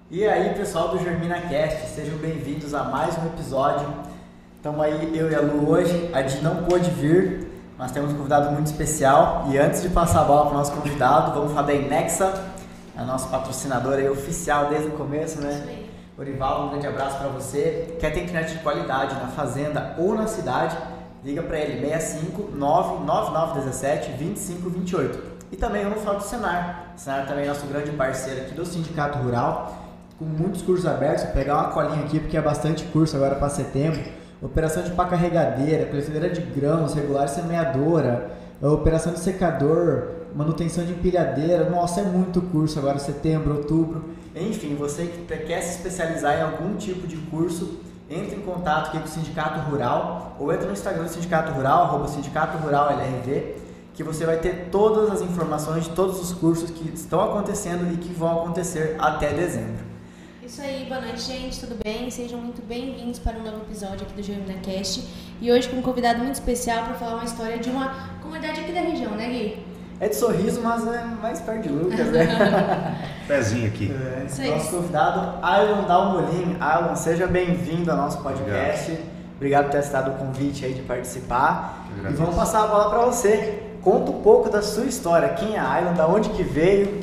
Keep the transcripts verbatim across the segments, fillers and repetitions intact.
E aí, pessoal do GerminaCast, sejam bem-vindos a mais um episódio. Estamos aí, eu e a Lu hoje. A Di não pôde vir, mas temos um convidado muito especial. E antes de passar a bola para o nosso convidado, vamos falar da Inexa, a nossa patrocinadora aí oficial desde o começo, né? Orivaldo, um grande abraço para você. Quer ter internet de qualidade na fazenda ou na cidade? Liga para ele, seis cinco nove nove nove um sete dois cinco dois oito. E também eu não falo do Senar. O Senar também é nosso grande parceiro aqui do Sindicato Rural, com muitos cursos abertos. Vou pegar uma colinha aqui porque é bastante curso agora para setembro. Operação de pá carregadeira, colheitadeira de grãos, regular semeadora, operação de secador, manutenção de empilhadeira. Nossa, é muito curso agora, setembro, outubro. Enfim, você que quer se especializar em algum tipo de curso, entre em contato aqui com o Sindicato Rural ou entra no Instagram do Sindicato Rural, arroba Sindicato Rural L R V, que você vai ter todas as informações de todos os cursos que estão acontecendo e que vão acontecer até dezembro. Isso aí, boa noite, gente, tudo bem? Sejam muito bem-vindos para um novo episódio aqui do GerminaCast. E hoje com um convidado muito especial para falar uma história de uma comunidade aqui da região, né, Gui? É de Sorriso, mas é mais perto de Lucas, né? Pezinho aqui. É, nosso convidado, Ailon Dalmolin. Ailon, seja bem-vindo ao nosso podcast. Obrigado. Obrigado por ter aceitado o convite aí de participar. E vamos passar a bola para você. Conta um pouco da sua história. Quem é Ailon? Da onde que veio?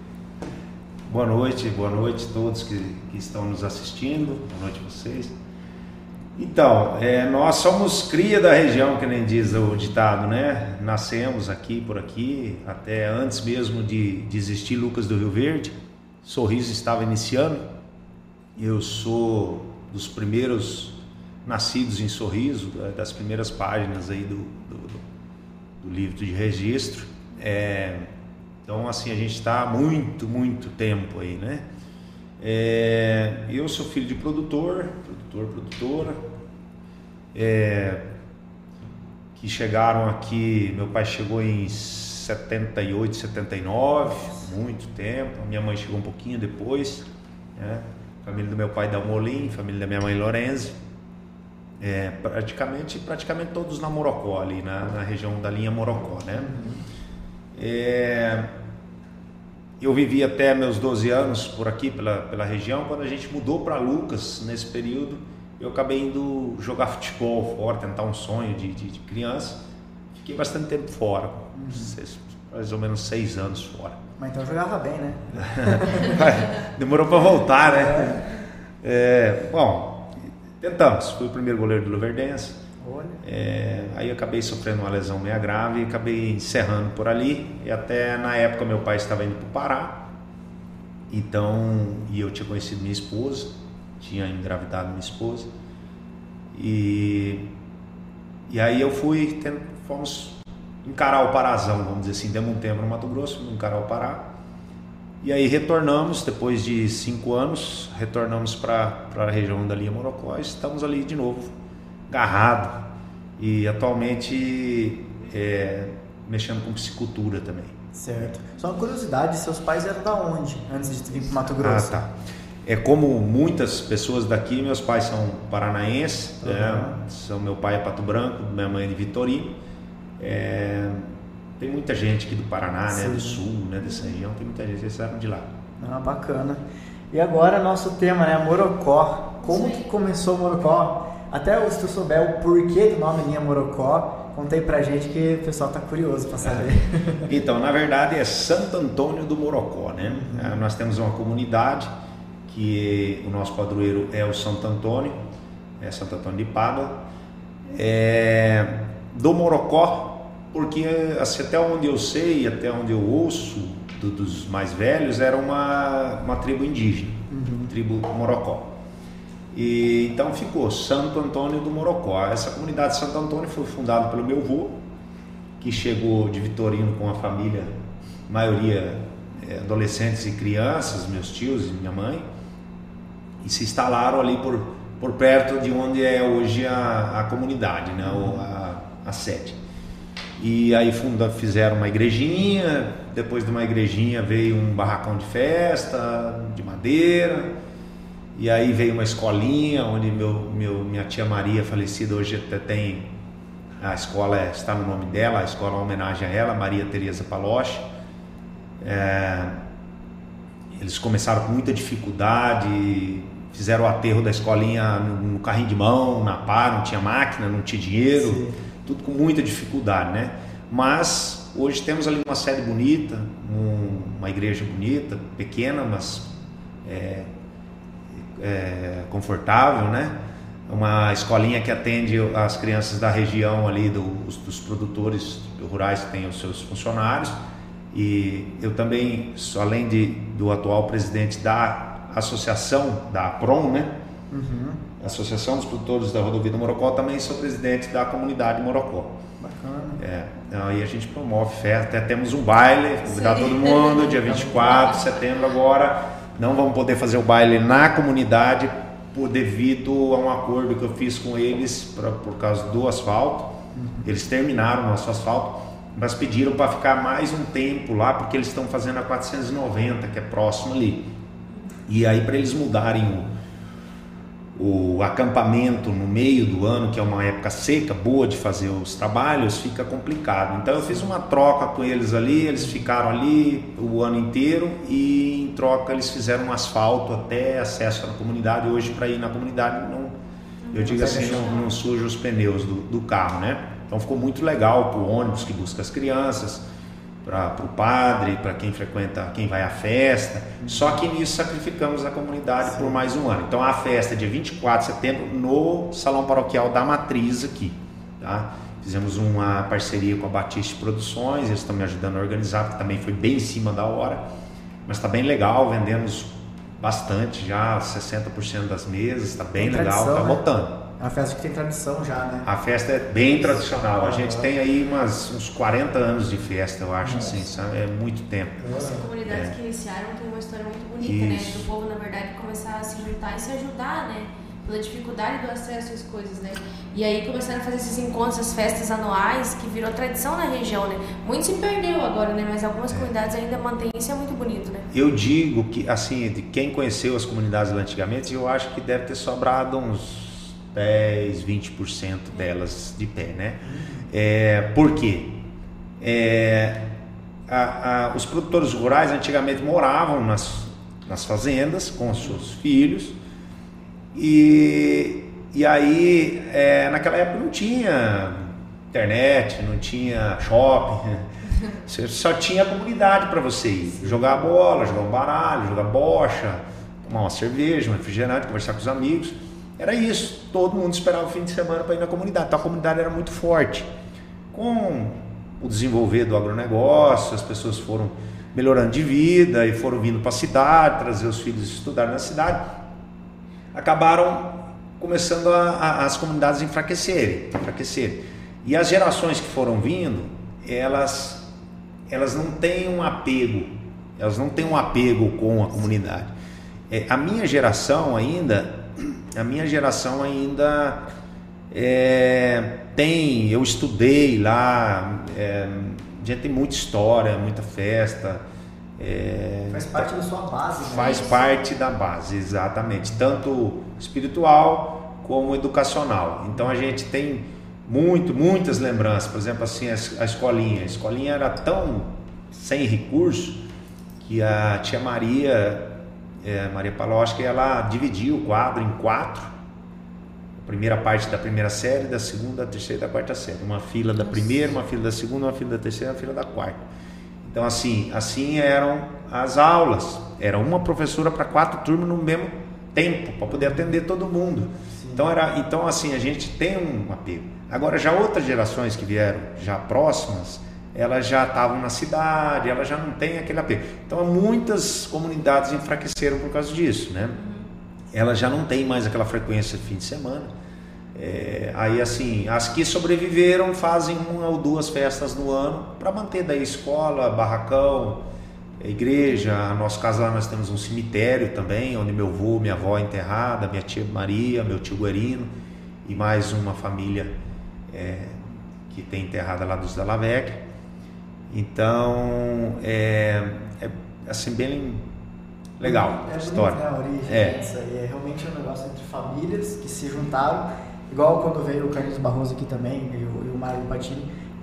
Boa noite, boa noite a todos que, que estão nos assistindo. Boa noite a vocês. Então, é, nós somos cria da região, que nem diz o ditado, né? Nascemos aqui, por aqui, até antes mesmo de, de existir Lucas do Rio Verde. Sorriso estava iniciando. Eu sou dos primeiros nascidos em Sorriso, das primeiras páginas aí do, do, do livro de registro. É, então, assim, a gente está há muito, muito tempo aí, né? É, eu sou filho de produtor, produtor, produtora, é, que chegaram aqui. Meu pai chegou em setenta e oito, setenta e nove, muito tempo. A minha mãe chegou um pouquinho depois, né? Família do meu pai Dalmolin, família da minha mãe Lorenzi, é, praticamente, praticamente todos na Morocó, ali na, na região da linha Morocó, né? É, eu vivi até meus doze anos por aqui, pela, pela região. Quando a gente mudou para Lucas, nesse período, eu acabei indo jogar futebol fora, tentar um sonho de, de, de criança. Fiquei bastante tempo fora, uhum. seis, mais ou menos seis anos fora. Mas então jogava bem, né? Demorou para voltar, né? É, bom, tentamos. Fui o primeiro goleiro do Luverdense. É, aí eu acabei sofrendo uma lesão meio grave e acabei encerrando por ali. E até na época meu pai estava indo para o Pará, então, e eu tinha conhecido minha esposa, tinha engravidado minha esposa, e, e aí eu fui, tendo, fomos encarar o Parazão, vamos dizer assim. Demos um tempo no Mato Grosso, encarar o Pará, e aí retornamos, depois de cinco anos, retornamos para a região da linha Morocó. Estamos ali de novo, agarrado, e atualmente é, mexendo com piscicultura também. Certo. Só uma curiosidade, seus pais eram da onde antes de vir para o Mato Grosso? Ah, tá. É como muitas pessoas daqui, meus pais são paranaenses, uhum. né? São, meu pai é Pato Branco, minha mãe é de Vitorino. É, tem muita gente aqui do Paraná, né? Do Sul, né? Dessa região, tem muita gente que sabe de lá. Ah, bacana. E agora nosso tema, né? Morocó. Como Sim. que começou Morocó? Até se tu souber o porquê do nome linha Morocó, conta aí pra gente que o pessoal tá curioso para saber. Então, na verdade é Santo Antônio do Morocó, né? Uhum. Nós temos uma comunidade que o nosso padroeiro é o Santo Antônio, é Santo Antônio de Pádua, é, do Morocó, porque assim, até onde eu sei, até onde eu ouço do, dos mais velhos, era uma, uma tribo indígena, uhum. tribo Morocó. E então ficou Santo Antônio do Morocó. Essa comunidade de Santo Antônio foi fundada pelo meu avô, que chegou de Vitorino com a família, maioria é, adolescentes e crianças, meus tios e minha mãe, e se instalaram ali por, por perto de onde é hoje a, a comunidade, né, a, a sede. E aí funda, fizeram uma igrejinha. Depois de uma igrejinha veio um barracão de festa, de madeira. E aí veio uma escolinha onde meu, meu, minha tia Maria, falecida, hoje até tem, a escola é, está no nome dela, a escola é uma homenagem a ela, Maria Tereza Paloche. É, eles começaram com muita dificuldade, fizeram o aterro da escolinha no, no carrinho de mão, na pá, não tinha máquina, não tinha dinheiro, Sim. tudo com muita dificuldade, né? Mas hoje temos ali uma sede bonita, um, uma igreja bonita, pequena, mas é, é, confortável, né? Uma escolinha que atende as crianças da região ali, do, os, dos produtores rurais que têm os seus funcionários. E eu também, além de, do atual presidente da associação, da APROM, né? Uhum. Associação dos Produtores da Rodovia do Morocó, também sou presidente da comunidade de Morocó. Bacana. É, aí a gente promove festa, até temos um baile, convidar todo mundo, dia vinte e quatro de setembro agora. Não vamos poder fazer o baile na comunidade, por, devido a um acordo que eu fiz com eles pra, por causa do asfalto. Uhum. Eles terminaram o nosso asfalto, mas pediram para ficar mais um tempo lá, porque eles estão fazendo a quatrocentos e noventa, que é próximo ali. E aí, para eles mudarem o, o acampamento no meio do ano, que é uma época seca, boa de fazer os trabalhos, fica complicado. Então eu fiz uma troca com eles ali, eles ficaram ali o ano inteiro e em troca eles fizeram um asfalto até acesso à comunidade. Hoje, para ir na comunidade, não, eu digo assim, não, não suja os pneus do, do carro, né? Então ficou muito legal para o ônibus que busca as crianças, para o padre, para quem frequenta, quem vai à festa. Só que nisso sacrificamos a comunidade Sim. por mais um ano. Então a festa é dia vinte e quatro de setembro no Salão Paroquial da Matriz aqui. Tá? Fizemos uma parceria com a Batiste Produções, eles estão me ajudando a organizar, porque também foi bem em cima da hora. Mas está bem legal, vendemos bastante já, sessenta por cento das mesas, está bem tem legal, está botando. Né? É uma festa que tem tradição já, né? A festa é bem tradicional. A gente tem aí umas, uns quarenta anos de festa, eu acho, Nossa. assim, sabe? É muito tempo. As comunidades é. que iniciaram tem uma história muito bonita, Isso. né? Do povo, na verdade, começar a se juntar e se ajudar, né? Pela dificuldade do acesso às coisas, né? E aí começaram a fazer esses encontros, as festas anuais, que virou tradição na região, né? Muito se perdeu agora, né? Mas algumas é. comunidades ainda mantêm isso, é muito bonito, né? Eu digo que, assim, de quem conheceu as comunidades lá antigamente, eu acho que deve ter sobrado uns dez, vinte por cento delas de pé, né? É, por quê? É, a, a, os produtores rurais antigamente moravam nas, nas fazendas com os seus filhos e, e aí é, naquela época não tinha internet, não tinha shopping, você só tinha a comunidade para você ir jogar bola, jogar um baralho, jogar bocha, tomar uma cerveja, um refrigerante, conversar com os amigos. Era isso, todo mundo esperava o fim de semana para ir na comunidade, então a comunidade era muito forte. Com o desenvolver do agronegócio, as pessoas foram melhorando de vida e foram vindo para a cidade, trazer os filhos estudar na cidade, acabaram começando a, a, as comunidades a enfraquecerem, enfraquecerem. E as gerações que foram vindo, elas, elas não têm um apego, elas não têm um apego com a comunidade. É, a minha geração ainda... A minha geração ainda é, tem, eu estudei lá, é, a gente tem muita história, muita festa. É, faz parte da sua base, né? Faz parte da base, exatamente, tanto espiritual como educacional. Então a gente tem muito, muitas lembranças, por exemplo, assim, a escolinha. A escolinha era tão sem recurso que a tia Maria... É, Maria Paloschi, ela dividiu o quadro em quatro, a primeira parte da primeira série, da segunda, da terceira e da quarta série, uma fila da primeira, uma fila da segunda, uma fila da terceira, uma fila da quarta. Então assim, assim eram as aulas, era uma professora para quatro turmas no mesmo tempo, para poder atender todo mundo. Sim. Então, era, então assim, a gente tem um apego. Agora já outras gerações que vieram já próximas, elas já estavam na cidade, elas já não têm aquele apego. Então muitas comunidades enfraqueceram por causa disso, né? Elas já não têm mais aquela frequência de fim de semana. É, aí assim, as que sobreviveram fazem uma ou duas festas no ano para manter daí escola, barracão, igreja. No nosso caso lá nós temos um cemitério também, onde meu avô, minha avó é enterrada, minha tia Maria, meu tio Guerino e mais uma família é, que tem enterrada lá dos Dalavec. Então, é, é assim, bem legal é a história. Bonito, né, a origem é. disso aí. É realmente um negócio entre famílias que se juntaram, igual quando veio o Carlos Barroso aqui também, e o, e o Mário Patini,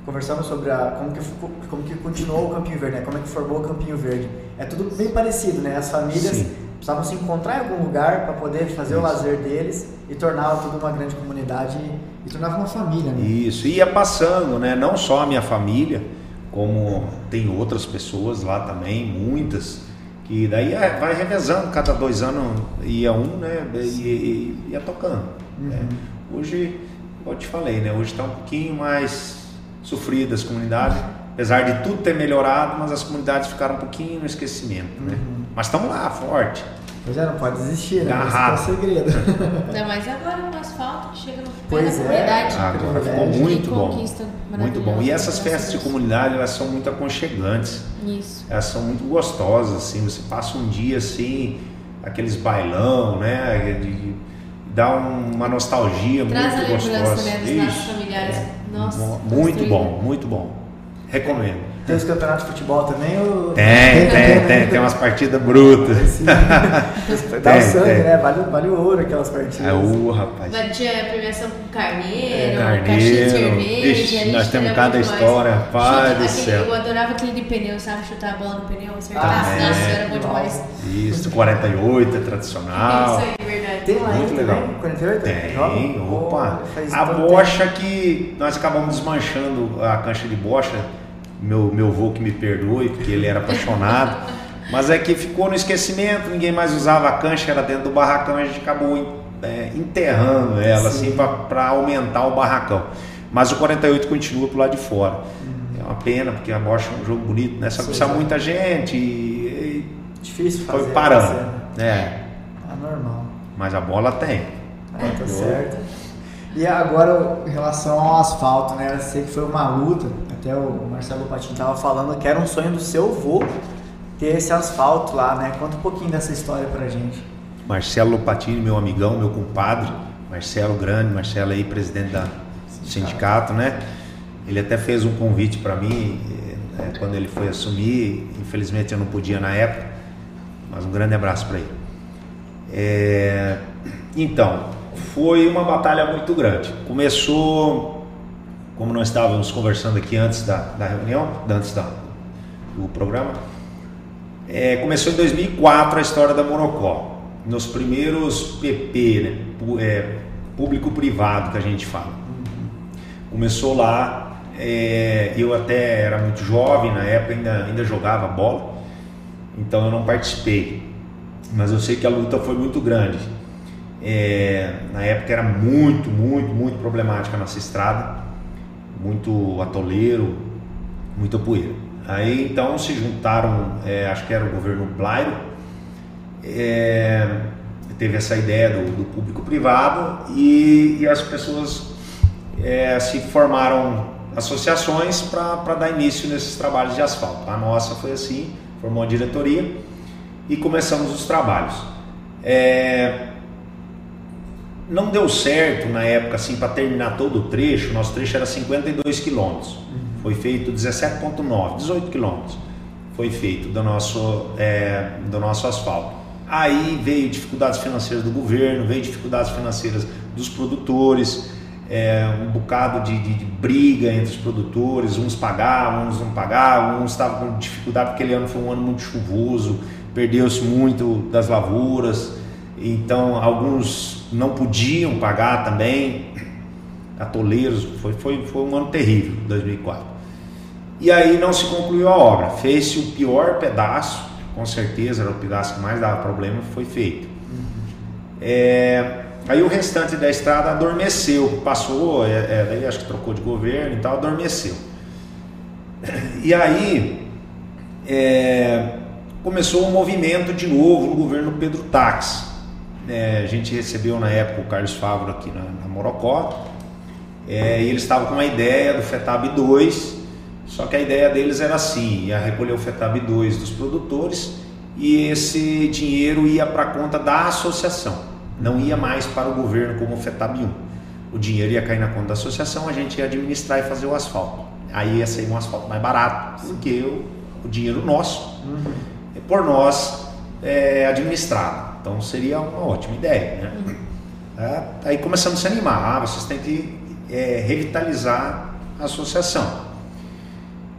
conversamos sobre a, como, que, como que continuou o Campinho Verde, né? Como é que formou o Campinho Verde. É tudo bem parecido, né? As famílias Sim. precisavam se encontrar em algum lugar para poder fazer Isso. o lazer deles e tornava tudo uma grande comunidade e, e tornava uma família, né? Isso, ia passando, né? Não só a minha família, como tem outras pessoas lá também, muitas, que daí vai revezando, cada dois anos ia um, né? E, e ia tocando. Uhum. Né? Hoje, como eu te falei, né? Hoje está um pouquinho mais sofrida as comunidades, apesar de tudo ter melhorado, mas as comunidades ficaram um pouquinho no esquecimento, né? Uhum. Mas estamos lá, forte. Pois é, não pode desistir, né? Esse é o segredo. Ainda mais agora no asfalto, que chega no pois da comunidade. É, agora ficou muito bom. Muito bom. E essas festas de comunidade, elas são muito aconchegantes. Isso. Elas são muito gostosas, assim, você passa um dia assim, aqueles bailão, né? De, de, dá um, uma nostalgia Traz muito gostosa. Traz a lembrança, né, dos nossos familiares. Nossa, muito bom, muito bom. Recomendo. Tem os campeonatos de futebol também? Ou... Tem, tem, tem, tem umas partidas brutas. Sim. Dá o sangue, tem. Né? Vale, vale o ouro aquelas partidas. É o rapaz. Mas tinha premiação com carneiro, é, carneiro caixinha de cerveja. Ixi, nós temos cada história, pai do céu. Eu adorava aquele de pneu, sabe? Chutar a bola no pneu, acertar. Ah, Nossa, é. era bom demais. Isso, quarenta e oito é tradicional. Isso aí, verdade. Tem lá muito legal. Também, quarenta e oito? Tem, opa. Oh, a bocha tempo. Que nós acabamos desmanchando a cancha de bocha. Meu, meu avô que me perdoe, porque ele era apaixonado, mas é que ficou no esquecimento, ninguém mais usava a cancha, era dentro do barracão, a gente acabou é, enterrando ela, Sim. assim, para aumentar o barracão. Mas o quarenta e oito continua pro lado de fora. Uhum. É uma pena, porque a bocha é um jogo bonito, né? Só que precisa muita gente e, e Difícil fazer. Foi parando. Fazer. É. É normal. Mas a bola tem. É, tá certo. E agora, em relação ao asfalto, né? Eu sei que foi uma luta, até o Marcelo Patin estava falando que era um sonho do seu avô ter esse asfalto lá, né? Conta um pouquinho dessa história pra gente. Marcelo Patini, meu amigão, meu compadre, Marcelo grande, Marcelo aí, presidente da sindicato, sindicato, né? Ele até fez um convite para mim é, quando ele foi assumir, infelizmente eu não podia na época, mas um grande abraço para ele. É, então, foi uma batalha muito grande. Começou, como nós estávamos conversando aqui antes da, da reunião, antes da, do programa, é, começou em dois mil e quatro a história da Morocó, nos primeiros P P, né, é, público-privado que a gente fala. Começou lá, é, eu até era muito jovem na época, ainda, ainda jogava bola, então eu não participei, mas eu sei que a luta foi muito grande. É, na época era muito, muito, muito problemática a nossa estrada, muito atoleiro, muita poeira. Aí então se juntaram, é, acho que era o governo Blairo, é, teve essa ideia do, do público-privado e, e as pessoas é, se formaram associações para dar início nesses trabalhos de asfalto. A nossa foi assim, formou a diretoria e começamos os trabalhos. É, não deu certo na época assim para terminar todo o trecho. O nosso trecho era cinquenta e dois quilômetros, foi feito dezessete vírgula nove, dezoito quilômetros foi feito do nosso, é, do nosso asfalto. Aí veio dificuldades financeiras do governo, veio dificuldades financeiras dos produtores, é, um bocado de, de, de briga entre os produtores, uns pagavam, uns não pagavam, uns estavam com dificuldade porque aquele ano foi um ano muito chuvoso, perdeu-se muito das lavouras, então alguns não podiam pagar também, atoleiros, foi, foi, foi um ano terrível, dois mil e quatro. E aí não se concluiu a obra, fez-se o pior pedaço, com certeza era o pedaço que mais dava problema, foi feito. É, aí o restante da estrada adormeceu, passou, é, é, daí acho que trocou de governo e tal, adormeceu. E aí é, começou um movimento de novo no governo Pedro Taques. É, a gente recebeu na época o Carlos Favro aqui na, na Morocó, é, e eles estavam com uma ideia do FETAB dois, só que a ideia deles era assim, ia recolher o FETAB dois dos produtores e esse dinheiro ia para a conta da associação, não ia mais para o governo como o FETAB um. O dinheiro ia cair na conta da associação, a gente ia administrar e fazer o asfalto. Aí ia sair um asfalto mais barato do que o, o dinheiro nosso, uhum. por nós é, administrado. Então seria uma ótima ideia, né? Uhum. É, aí começamos a se animar, ah, vocês têm que é, revitalizar a associação.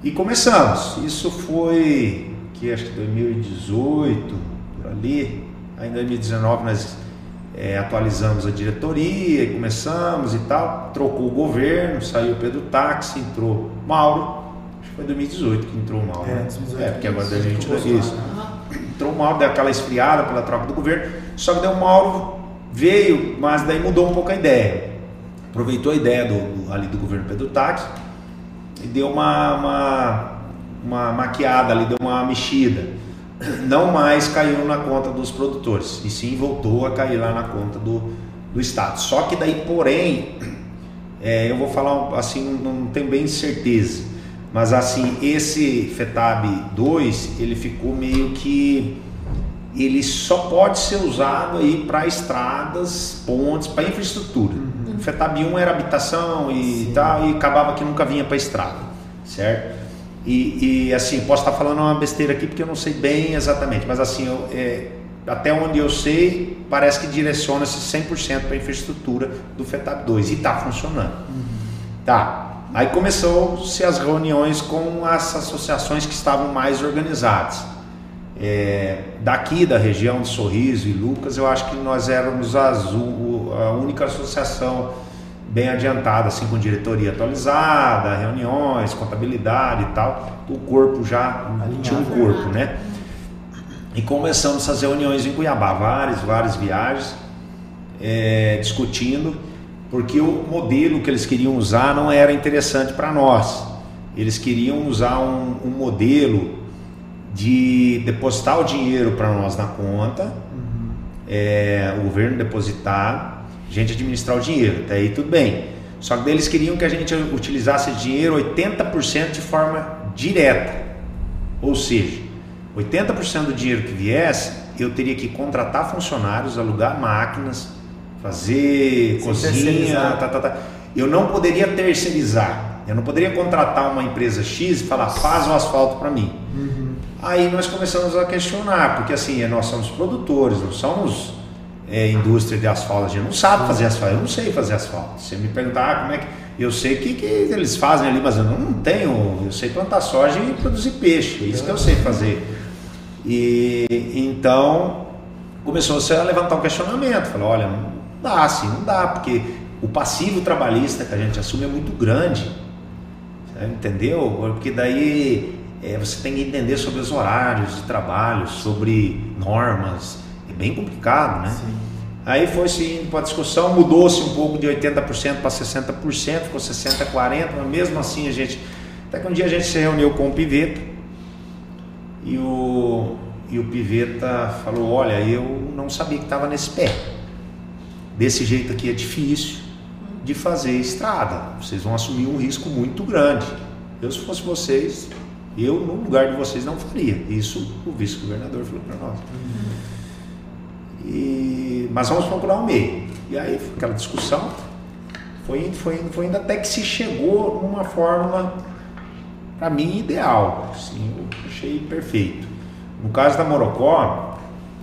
E começamos. Isso foi, que acho que dois mil e dezoito, por ali. Aí em dois mil e dezenove nós é, atualizamos a diretoria e começamos e tal. Trocou o governo, saiu o Pedro Táxi, entrou Mauro. Acho que foi dois mil e dezoito que entrou o Mauro. É, né? dois mil e dezoito. É, porque agora dois mil e vinte e dois. Isso. Entrou o Mauro, deu aquela esfriada pela troca do governo. Só que daí o Mauro veio, mas daí mudou um pouco a ideia. Aproveitou a ideia do, do, ali do governo Pedro Táxi e deu uma, uma, uma maquiada ali, deu uma mexida. Não mais caiu na conta dos produtores, e sim voltou a cair lá na conta do, do Estado. Só que daí, porém, é, eu vou falar assim, não tenho bem certeza, mas assim, esse FETAB dois, ele ficou meio que, ele só pode ser usado aí para estradas, pontes, para infraestrutura. Uhum. O FETAB um era habitação e sim. tal, e acabava que nunca vinha para estrada, certo? E, e assim, posso estar falando uma besteira aqui porque eu não sei bem exatamente, mas assim, eu, é, até onde eu sei, parece que direciona-se cem por cento para a infraestrutura do FETAB dois e está funcionando. Uhum. Tá, aí começou-se as reuniões com as associações que estavam mais organizadas. É, daqui da região de Sorriso e Lucas, eu acho que nós éramos as, a única associação bem adiantada, assim, com diretoria atualizada, reuniões, contabilidade e tal. O corpo já tinha um corpo, né? E começamos essas reuniões em Cuiabá, várias, várias viagens, é, discutindo, porque o modelo que eles queriam usar não era interessante para nós. Eles queriam usar um, um modelo de depositar o dinheiro para nós na conta, uhum. é, o governo depositar, a gente administrar o dinheiro, até aí tudo bem. Só que eles queriam que a gente utilizasse o dinheiro oitenta por cento de forma direta, ou seja, oitenta por cento do dinheiro que viesse, eu teria que contratar funcionários, alugar máquinas, fazer Sem cozinha, tá, tá, tá. Eu não poderia terceirizar, eu não poderia contratar uma empresa X e falar, faz o asfalto para mim. Uhum. Aí nós começamos a questionar, porque assim, nós somos produtores, não somos é, indústria de asfalto, a gente não sabe fazer asfalto, eu não sei fazer asfalto. Você me perguntar ah, como é que... Eu sei o que, que eles fazem ali, mas eu não tenho, eu sei plantar soja e produzir peixe, é isso que eu sei fazer. E então começou a levantar um questionamento, falou, olha, não dá assim, não dá, porque o passivo trabalhista que a gente assume é muito grande, entendeu? Porque daí... É, você tem que entender sobre os horários de trabalho, sobre normas, é bem complicado, né? Sim. Aí foi-se indo para a discussão, mudou-se um pouco de oitenta por cento para sessenta por cento, ficou sessenta por cento, quarenta por cento, mas mesmo assim a gente... Até que um dia a gente se reuniu com o Piveta e o, e o Piveta falou, olha, eu não sabia que estava nesse pé. Desse jeito aqui é difícil de fazer estrada, vocês vão assumir um risco muito grande. Eu, se fosse vocês... Eu, no lugar de vocês, não faria. Isso o vice-governador falou para nós. Uhum. E, mas vamos procurar um meio. E aí, aquela discussão, foi indo, foi indo, foi indo, até que se chegou numa fórmula, para mim, ideal. Assim, eu achei perfeito. No caso da Morocó,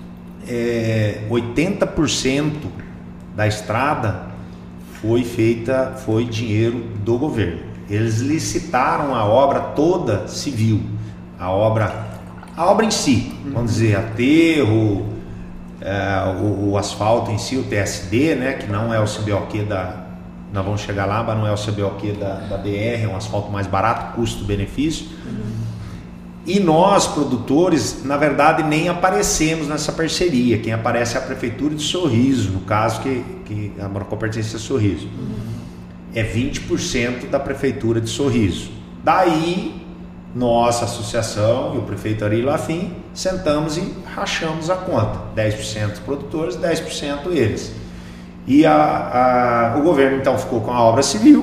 é, oitenta por cento da estrada foi feita, foi dinheiro do governo. Eles licitaram a obra toda civil, a obra, a obra em si, vamos dizer, aterro, é, o, o asfalto em si, o T S D, né, que não é o C B O Q da, nós vamos chegar lá, mas não é o C B O Q da, da B R, é um asfalto mais barato, custo-benefício. Uhum. E nós, produtores, na verdade, nem aparecemos nessa parceria. Quem aparece é a Prefeitura de Sorriso, no caso que, que a Morocó pertence a Sorriso. Uhum. É vinte por cento da Prefeitura de Sorriso. Daí, nossa associação e o prefeito Ari Lafim sentamos e rachamos a conta. dez por cento os produtores, dez por cento eles. E a, a, o governo então ficou com a obra civil,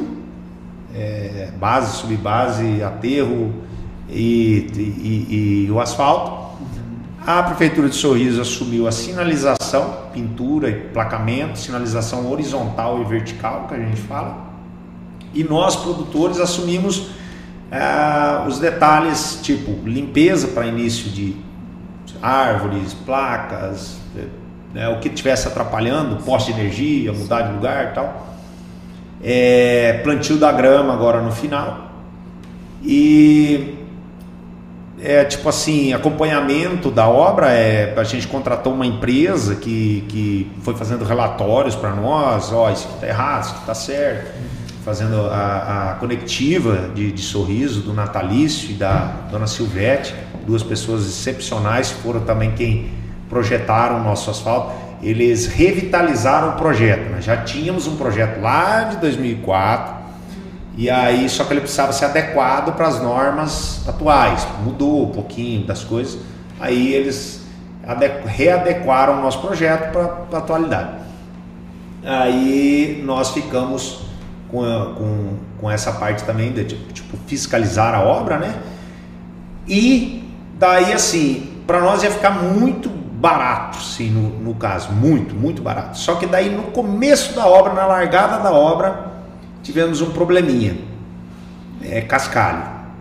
é, base, subbase, aterro e, e, e, e o asfalto. A Prefeitura de Sorriso assumiu a sinalização, pintura e placamento, sinalização horizontal e vertical, que a gente fala. E nós, produtores, assumimos ah, os detalhes, tipo limpeza para início de árvores, placas, né, o que estivesse atrapalhando, poste de energia, mudar de lugar e tal. É, plantio da grama agora no final. E é tipo assim, acompanhamento da obra, é, a gente contratou uma empresa que, que foi fazendo relatórios para nós, ó, oh, isso aqui está errado, isso aqui está certo, fazendo a, a conectiva de, de Sorriso, do Natalício e da Dona Silvete, duas pessoas excepcionais, foram também quem projetaram o nosso asfalto. Eles revitalizaram o projeto. Nós já tínhamos um projeto lá de dois mil e quatro, e aí só que ele precisava ser adequado para as normas atuais. Mudou um pouquinho das coisas, aí eles readequaram o nosso projeto para a atualidade. Aí nós ficamos com, com, com essa parte também de tipo, fiscalizar a obra, né? E daí assim, para nós ia ficar muito barato, sim, no, no caso, muito, muito barato. Só que daí no começo da obra, na largada da obra, tivemos um probleminha, é cascalho.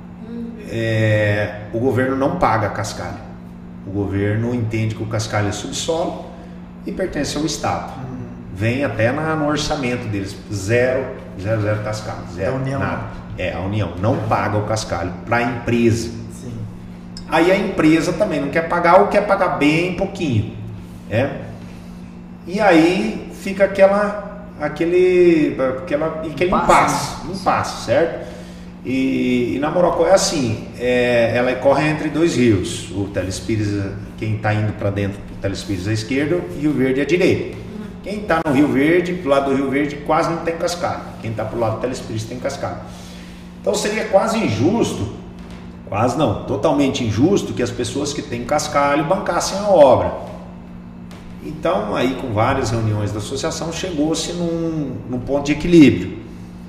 É, o governo não paga cascalho. O governo entende que o cascalho é subsolo e pertence ao Estado. Vem até na, no orçamento deles, zero, zero, zero cascalho, zero, a União. Nada. É, a União não paga o cascalho para a empresa. Aí a empresa também não quer pagar ou quer pagar bem pouquinho, né? E aí fica aquela, aquele, aquela, aquele impasse, impasse, certo? E, e na Morocó é assim, é, ela corre entre dois rios, o Telespires, quem está indo para dentro do Telespires à esquerda e o Rio Verde à direita. Quem está no Rio Verde, do lado do Rio Verde, quase não tem cascalho. Quem está para o lado do Telespires tem cascalho. Então seria quase injusto, quase não, totalmente injusto que as pessoas que têm cascalho bancassem a obra. Então, aí com várias reuniões da associação, chegou-se num, num ponto de equilíbrio.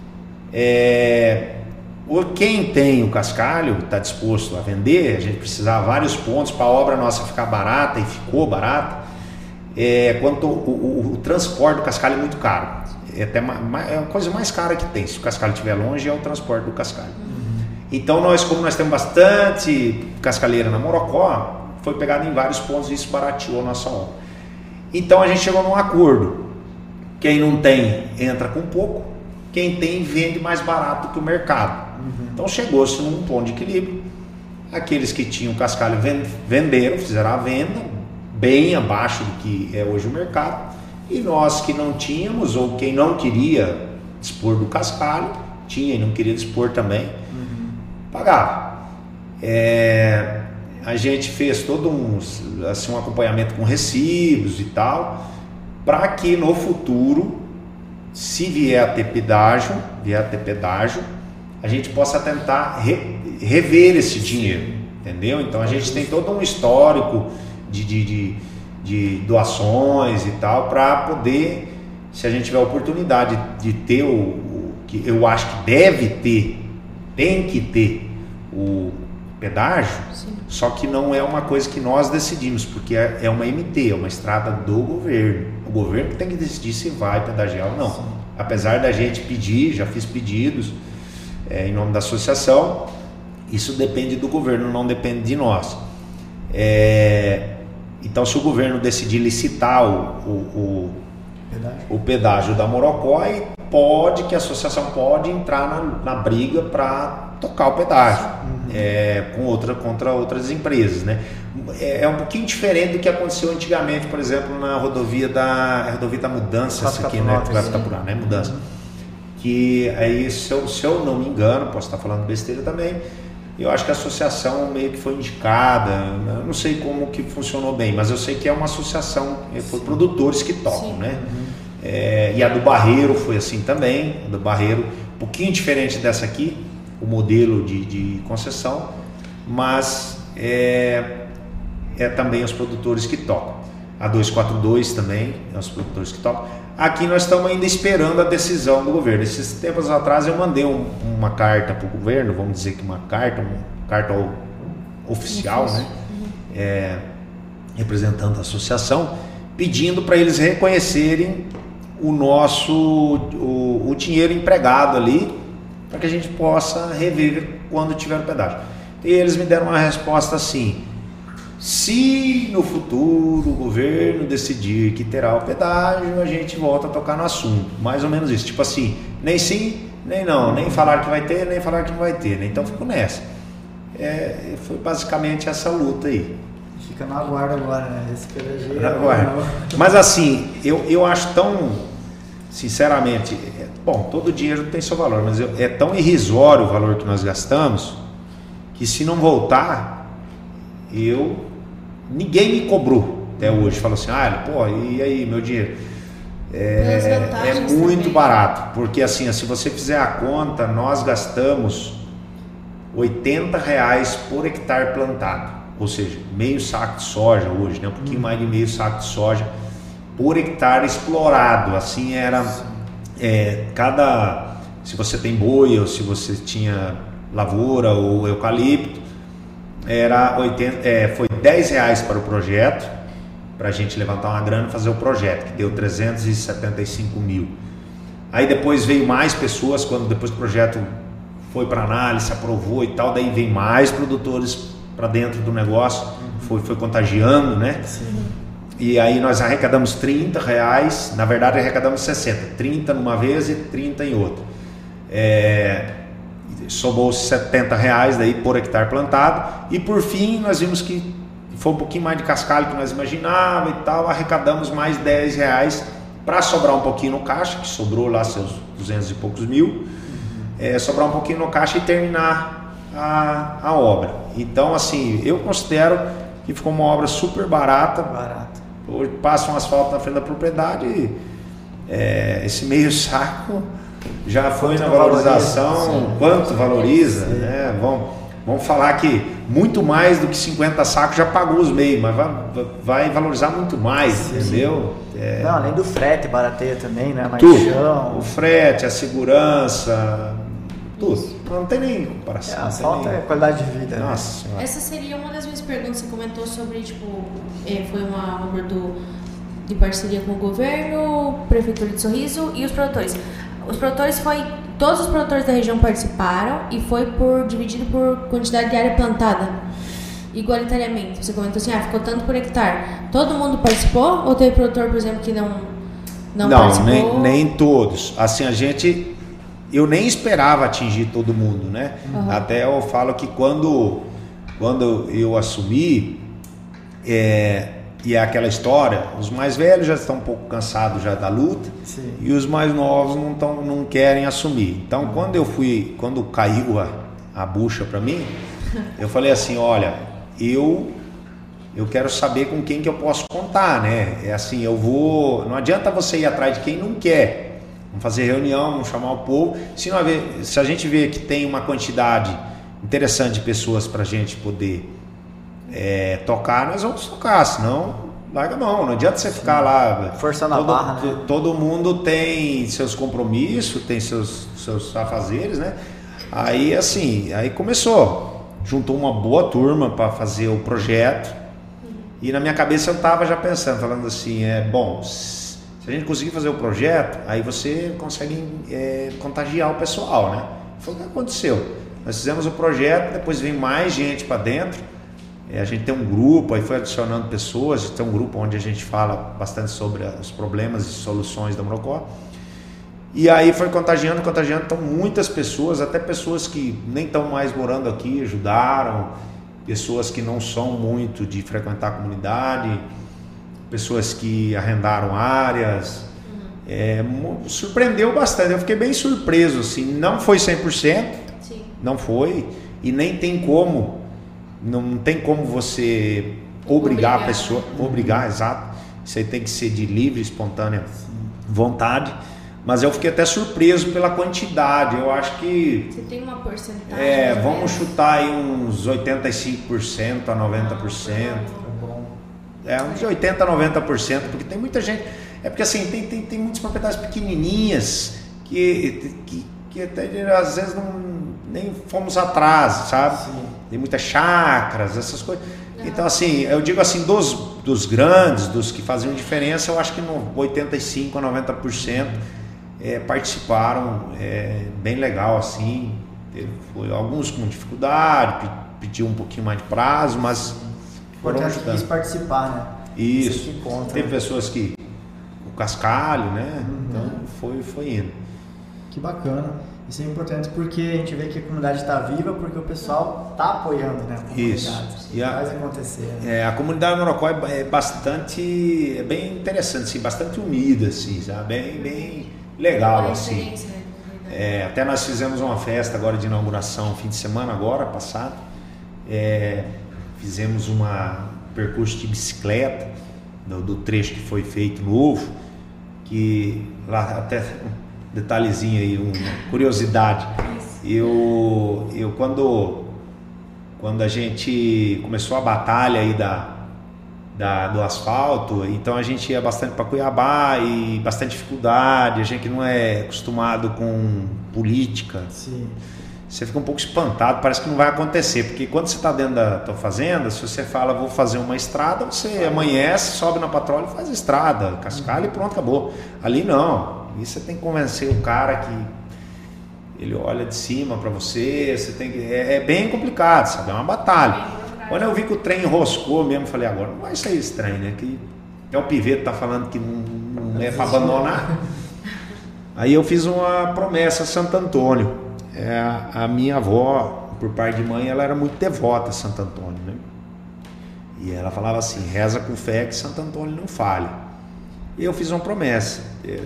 É, quem tem o cascalho está disposto a vender, a gente precisava vários pontos para a obra nossa ficar barata, e ficou barata. É, quanto o, o, o transporte do cascalho é muito caro, é, até mais, é a coisa mais cara que tem. Se o cascalho estiver longe, é o transporte do cascalho. Então nós, como nós temos bastante cascalheira na Morocó, foi pegado em vários pontos e isso barateou a nossa obra. Então a gente chegou num acordo. Quem não tem, entra com pouco. Quem tem, vende mais barato que o mercado. Uhum. Então chegou-se num ponto de equilíbrio. Aqueles que tinham cascalho venderam, fizeram a venda, bem abaixo do que é hoje o mercado. E nós que não tínhamos, ou quem não queria dispor do cascalho, tinha e não queria dispor também, pagava. É, a gente fez todo um, assim, um acompanhamento com recibos e tal, para que no futuro, se vier a ter pedágio, vier a ter pedágio, a gente possa tentar re, rever esse dinheiro, entendeu? Então a gente tem todo um histórico de, de, de, de doações e tal, para poder, se a gente tiver a oportunidade de ter o, o que eu acho que deve ter, tem que ter o pedágio. Sim. Só que não é uma coisa que nós decidimos, porque é, é uma M T, é uma estrada do governo. O governo tem que decidir se vai pedagiar ou não. Sim. Apesar da gente pedir, já fiz pedidos é, em nome da associação, isso depende do governo, não depende de nós. É, então, se o governo decidir licitar o, o, o, pedágio. o pedágio da Morocó, pode, que a associação pode entrar na, na briga para tocar o pedágio, uhum. é, com outra, contra outras empresas, né? É, é um pouquinho diferente do que aconteceu antigamente, por exemplo, na rodovia da rodovia da Mudança, essa aqui, né? Cravitapurá, né? Mudança. Uhum. Que aí, se eu, se eu não me engano, posso estar falando besteira também, eu acho que a associação meio que foi indicada, eu não sei como que funcionou bem, mas eu sei que é uma associação, foi produtores que tocam, Sim. né? Uhum. É, e a do Barreiro foi assim também, a do Barreiro, um pouquinho diferente dessa aqui, o modelo de, de concessão, mas é, é também os produtores que tocam. A duzentos e quarenta e dois também é os produtores que tocam. Aqui nós estamos ainda esperando a decisão do governo. Esses tempos atrás eu mandei um, uma carta para o governo, vamos dizer que uma carta, uma carta oficial, né? É, representando a associação, pedindo para eles reconhecerem o nosso o, o dinheiro empregado ali, para que a gente possa rever quando tiver o pedágio. E eles me deram uma resposta assim: se no futuro o governo decidir que terá o pedágio, a gente volta a tocar no assunto. Mais ou menos isso, tipo assim, nem sim, Nem não, nem falaram que vai ter, nem falaram que não vai ter, né? Então fico nessa. É, foi basicamente essa luta aí. Fica no aguardo agora, né? Esse P D G. Aguardo. Mas assim, eu, eu acho tão, sinceramente, é, bom, todo dinheiro tem seu valor, mas eu, é tão irrisório o valor que nós gastamos, que se não voltar, eu, ninguém me cobrou até hoje. Falou assim, ah, pô, e aí, meu dinheiro? É, é muito também barato, porque assim, se você fizer a conta, nós gastamos oitenta reais por hectare plantado, ou seja, meio saco de soja hoje, né? Um pouquinho mais de meio saco de soja por hectare explorado. Assim era, é, cada, se você tem boi ou se você tinha lavoura ou eucalipto, era oitenta, é, foi dez reais para o projeto, para a gente levantar uma grana e fazer o projeto, que deu trezentos e setenta e cinco mil. Aí depois veio mais pessoas, quando depois do projeto foi para análise, aprovou e tal, daí vem mais produtores para dentro do negócio, uhum. foi, foi contagiando, né? Sim. E aí nós arrecadamos trinta reais, na verdade arrecadamos sessenta, trinta numa vez e trinta em outra. É, sobrou setenta reais daí por hectare plantado, e por fim nós vimos que foi um pouquinho mais de cascalho que nós imaginávamos e tal, arrecadamos mais dez reais para sobrar um pouquinho no caixa, que sobrou lá seus duzentos e poucos mil, uhum. é, sobrar um pouquinho no caixa e terminar a, a obra. Então assim, eu considero que ficou uma obra super barata. Barata. Hoje passa um asfalto na frente da propriedade e é, esse meio saco já foi na valorização, valoriza, quanto valoriza, sim. né? Vamos, vamos falar que muito mais do que cinquenta sacos já pagou os meios, mas vai, vai valorizar muito mais, sim, entendeu? É... Não, além do frete, barateia também, né? Mais tudo. Chão. O frete, a segurança, tudo. Não tem nem comparação. É, a falta nem... é qualidade de vida. Nossa, né? Essa seria uma das minhas perguntas. Você comentou sobre, tipo, foi uma obra do, de parceria com o governo, Prefeitura de Sorriso e os produtores. Os produtores foi... Todos os produtores da região participaram e foi por dividido por quantidade de área plantada, igualitariamente. Você comentou assim, ah, ficou tanto por hectare. Todo mundo participou ou teve produtor, por exemplo, que não não, não participou? Não, nem, nem todos. Assim, a gente... Eu nem esperava atingir todo mundo, né? Uhum. Até eu falo que quando, quando eu assumi, é, e é aquela história, os mais velhos já estão um pouco cansados já da luta. Sim. E os mais novos não, tão, não querem assumir. Então, uhum. quando eu fui, quando caiu a, a bucha para mim, eu falei assim, olha, eu, eu quero saber com quem que eu posso contar, né? É assim, eu vou... Não adianta você ir atrás de quem não quer. Vamos fazer reunião, vamos chamar o povo. Se, não haver, se a gente vê que tem uma quantidade interessante de pessoas para a gente poder é, tocar, nós vamos tocar, senão larga a mão. Não adianta você ficar lá forçando a barra, né? Todo mundo tem seus compromissos, tem seus, seus afazeres, né? Aí assim, aí começou. Juntou uma boa turma para fazer o projeto. E na minha cabeça eu estava já pensando, falando assim, é bom... Se a gente conseguir fazer o projeto, aí você consegue é, contagiar o pessoal, né? Foi o que aconteceu. Nós fizemos o projeto, depois vem mais gente para dentro. É, a gente tem um grupo, aí foi adicionando pessoas. Tem um grupo onde a gente fala bastante sobre os problemas e soluções da Morocó. E aí foi contagiando, contagiando. Então muitas pessoas, até pessoas que nem estão mais morando aqui, ajudaram. Pessoas que não são muito de frequentar a comunidade. Pessoas que arrendaram áreas, uhum. é, surpreendeu bastante, eu fiquei bem surpreso, assim, não foi cem por cento, Sim. não foi, e nem tem como, não tem como você obrigar, obrigar a pessoa, né? obrigar, uhum. exato, isso aí tem que ser de livre, espontânea Sim. vontade, mas eu fiquei até surpreso pela quantidade, eu acho que... Você tem uma porcentagem? É, vamos chutar aí uns oitenta e cinco por cento a noventa por cento. É, uns de oitenta por cento a noventa por cento, porque tem muita gente... É porque assim, tem, tem, tem muitas propriedades pequenininhas que, que, que até às vezes não, nem fomos atrás, sabe? Sim. Tem muitas chácaras, essas coisas. Uhum. Então assim, eu digo assim, dos, dos grandes, dos que faziam diferença, eu acho que no oitenta e cinco por cento a noventa por cento é, participaram, é, bem legal assim. Foi, alguns com dificuldade, pediu um pouquinho mais de prazo, mas... Importante quis participar, né? Isso. Teve pessoas que o cascalho, né? Uhum. Então foi, foi indo. Que bacana. Isso é importante porque a gente vê que a comunidade está viva porque o pessoal está apoiando, né? A comunidade. Isso. E a, faz acontecer. Né? É, a comunidade Morocó é bastante, é bem interessante, assim, bastante unida, assim, sabe? Bem, bem legal, assim. É, até nós fizemos uma festa agora de inauguração, fim de semana agora, passado. É, fizemos uma um percurso de bicicleta do, do trecho que foi feito novo, que lá até detalhezinho aí, uma curiosidade. Eu, eu quando, quando a gente começou a batalha aí da, da, do asfalto, então a gente ia bastante para Cuiabá e bastante dificuldade, a gente que não é acostumado com política. Sim. Você fica um pouco espantado, parece que não vai acontecer, porque quando você está dentro da tua fazenda, se você fala vou fazer uma estrada, você amanhece, sobe na patrola e faz a estrada, cascalha e pronto, acabou. Ali não. E você tem que convencer o cara que ele olha de cima para você, você tem que, é, é bem complicado, sabe? É uma batalha. Quando eu vi que o trem enroscou mesmo, eu falei, agora não vai sair esse trem, né? Que até o Piveto tá falando que não, não é para abandonar. Aí eu fiz uma promessa a Santo Antônio. É, a minha avó, por parte de mãe, ela era muito devota a Santo Antônio, né? E ela falava assim, reza com fé que Santo Antônio não falha. E eu fiz uma promessa. É,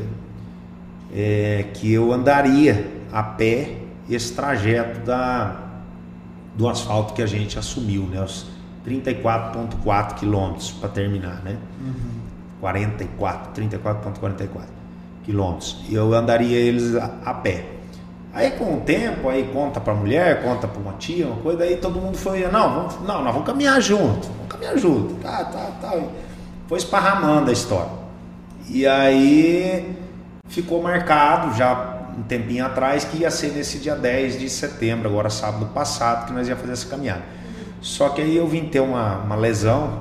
É, que eu andaria a pé esse trajeto da, do asfalto que a gente assumiu, né? Os trinta e quatro vírgula quatro quilômetros para terminar, né? Uhum. quarenta e quatro, trinta e quatro vírgula quarenta e quatro quilômetros. E eu andaria eles a, a pé. Aí com o tempo, aí conta para a mulher, conta para uma tia, uma coisa, aí todo mundo foi, não, vamos, não, nós vamos caminhar junto, vamos caminhar junto, tá, tá, tá. Foi esparramando a história. E aí ficou marcado já um tempinho atrás que ia ser nesse dia dez de setembro, agora sábado passado, que nós ia fazer essa caminhada. Só que aí eu vim ter uma, uma lesão,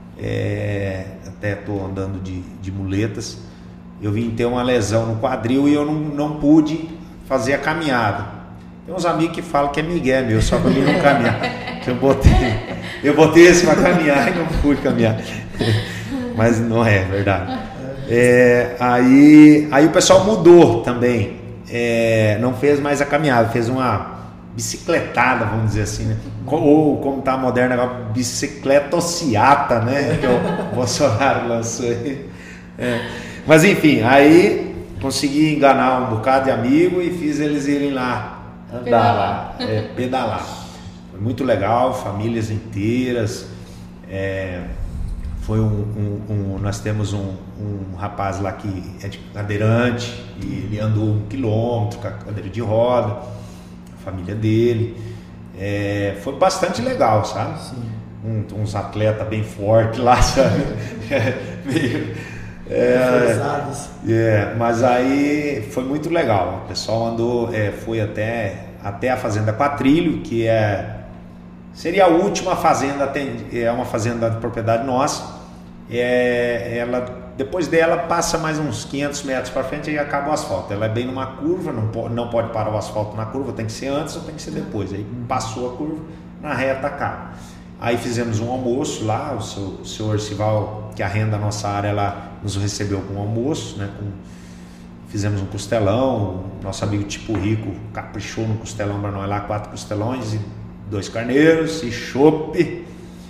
é, até estou andando de, de muletas, eu vim ter uma lesão no quadril e eu não, não pude fazer a caminhada. Tem uns amigos que falam que é migué meu, só para mim não caminhar. Eu botei, eu botei esse para caminhar e não pude caminhar. Mas não é verdade. É, aí, aí o pessoal mudou também, é, não fez mais a caminhada, fez uma bicicletada, vamos dizer assim, né? Ou como está moderna agora, bicicletociata, né? Que o Bolsonaro lançou aí. É. Mas enfim, aí consegui enganar um bocado de amigo e fiz eles irem lá andar lá, é, pedalar. Foi muito legal, famílias inteiras. É, Foi um, um, um, nós temos um, um rapaz lá que é de cadeirante e ele andou um quilômetro com a cadeira de roda, a família dele. É, foi bastante legal, sabe? Um, uns atletas bem fortes lá, sabe? Meio, é, é, mas aí foi muito legal. O pessoal andou, é, foi até, até a Fazenda Quatrilho, que é, seria a última fazenda, é uma fazenda de propriedade nossa. É, ela, depois dela passa mais uns quinhentos metros para frente e acaba o asfalto. Ela é bem numa curva, não pode, não pode parar o asfalto na curva, tem que ser antes ou tem que ser depois. Aí passou a curva, na reta acaba. Aí fizemos um almoço lá, o seu, o senhor Orcival, que arrenda a nossa área lá, nos recebeu com um almoço, né, com, fizemos um costelão, nosso amigo Tipo Rico caprichou no costelão para nós lá, quatro costelões e dois carneiros e chope.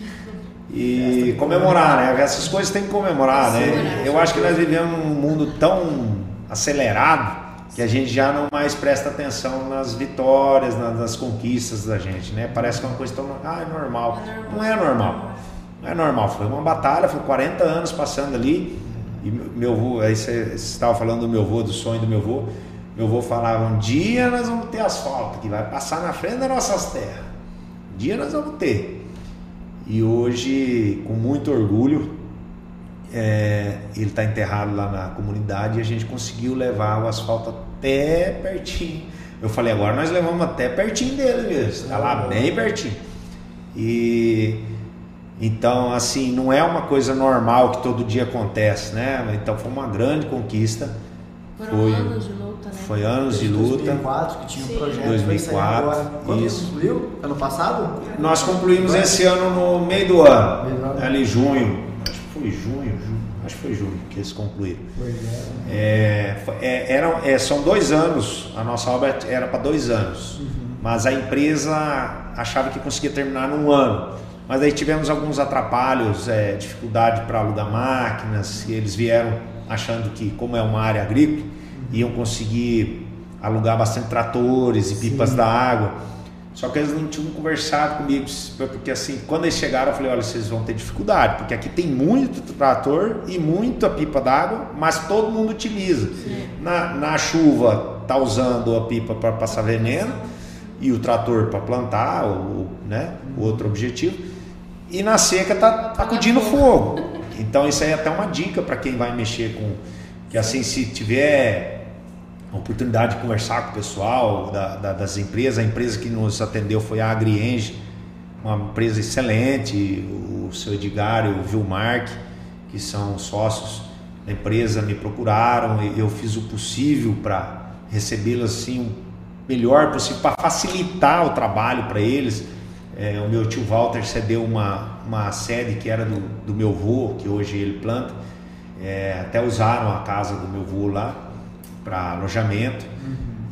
E comemorar, né? Essas coisas tem que comemorar, né? Eu acho que nós vivemos num mundo tão acelerado que a gente já não mais presta atenção nas vitórias, nas, nas conquistas da gente, né? Parece que é uma coisa tão... Ah, é normal. Não é normal. Não é normal. Foi uma batalha, foi quarenta anos passando ali. E meu avô, aí você estava falando do meu avô, do sonho do meu avô. Meu avô falava, um dia nós vamos ter asfalto, que vai passar na frente das nossas terras. Um dia nós vamos ter. E hoje, com muito orgulho, é, ele está enterrado lá na comunidade e a gente conseguiu levar o asfalto até pertinho. Eu falei, agora nós levamos até pertinho dele mesmo, está lá bem pertinho. E então, assim, não é uma coisa normal que todo dia acontece, né? Então foi uma grande conquista. Foram foi, anos de luta, né? Foi anos de luta. dois mil e quatro, que tinha um projeto. dois mil e quatro, Quando isso. concluiu? Ano passado? Nós concluímos esse ano no meio do ano, ali junho, acho que foi junho, junho acho que foi julho que eles concluíram. É, é, eram, é, são dois anos, a nossa obra era para dois anos, uhum. mas a empresa achava que conseguia terminar num ano. Mas aí tivemos alguns atrapalhos, é, dificuldade para alugar máquinas, e eles vieram achando que, como é uma área agrícola, iam conseguir alugar bastante tratores e pipas Sim. da água. Só que eles não tinham conversado comigo, porque assim, quando eles chegaram eu falei, olha, vocês vão ter dificuldade, porque aqui tem muito trator e muita pipa d'água, mas todo mundo utiliza. Na, na chuva tá usando a pipa para passar veneno e o trator para plantar, o, né, o outro objetivo, e na seca tá acudindo fogo. Então isso aí é até uma dica para quem vai mexer com, que assim, se tiver a oportunidade de conversar com o pessoal da, da, das empresas, a empresa que nos atendeu foi a AgriEng, uma empresa excelente, o seu Edgar e o Vilmark, que são sócios da empresa, me procuraram e eu fiz o possível para recebê-los assim, o melhor possível, para facilitar o trabalho para eles. É, o meu tio Walter cedeu uma, uma sede que era do, do meu avô, que hoje ele planta, é, até usaram a casa do meu avô lá para alojamento, uhum.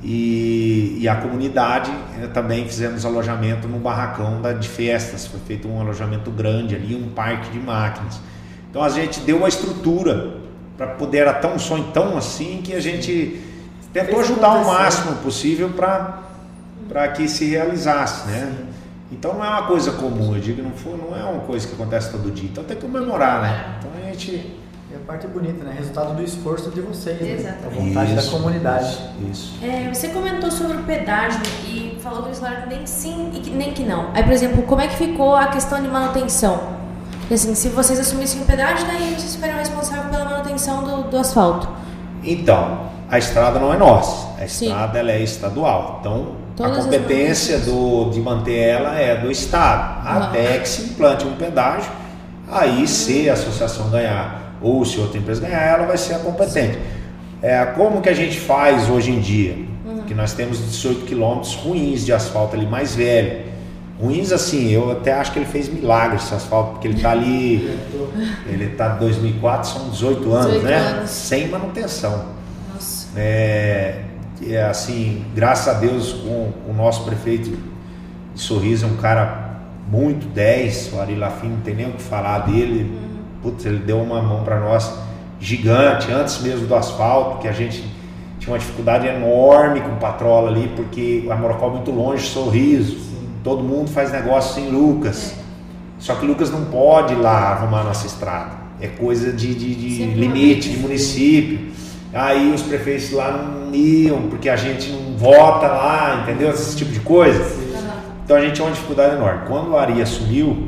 e, e a comunidade também fizemos alojamento no barracão da, de festas, foi feito um alojamento grande ali, um parque de máquinas. Então a gente deu uma estrutura para poder, era tão um sonho tão assim que a gente tentou ajudar o máximo possível para para que se realizasse, né? Sim. Então não é uma coisa comum, eu digo, não, foi, não é uma coisa que acontece todo dia, então tem que comemorar, né? Então a gente... E a parte bonita, né? Resultado do esforço de vocês, Exatamente. Né? A vontade isso, da comunidade. Isso. É, você comentou sobre o pedágio e falou que eles falaram que nem sim e que, nem que não. Aí, por exemplo, como é que ficou a questão de manutenção? Assim, se vocês assumissem o pedágio, daí vocês ficariam responsáveis pela manutenção do, do asfalto. Então, a estrada não é nossa, a Sim. estrada ela é estadual. Então, Todas a competência do, de manter ela é do Estado. Uhum. Até que se implante um pedágio, aí se a associação ganhar ou se outra empresa ganhar, ela vai ser a competente. É, como que a gente faz hoje em dia? Uhum. Que nós temos dezoito quilômetros ruins de asfalto ali, mais velho. Ruins assim, eu até acho que ele fez milagre esse asfalto, porque ele está ali, ele está de dois mil e quatro, são dezoito anos, dezoito né? Anos. Sem manutenção. Nossa. É, é assim, graças a Deus, com o nosso prefeito de Sorriso, é um cara muito dez, o Ari Lafim, não tem nem o que falar dele. Uhum. Putz, ele deu uma mão para nós gigante, antes mesmo do asfalto, que a gente tinha uma dificuldade enorme com o Patrola ali, porque a Morocó é muito longe, Sorriso, Sim. todo mundo faz negócio em Lucas, é. só que Lucas não pode ir lá arrumar a nossa estrada, é coisa de, de, de limite, de município, aí os prefeitos lá não iam, porque a gente não vota lá, entendeu? Esse tipo de coisa. Sim. Então a gente tinha uma dificuldade enorme. Quando o Ari assumiu,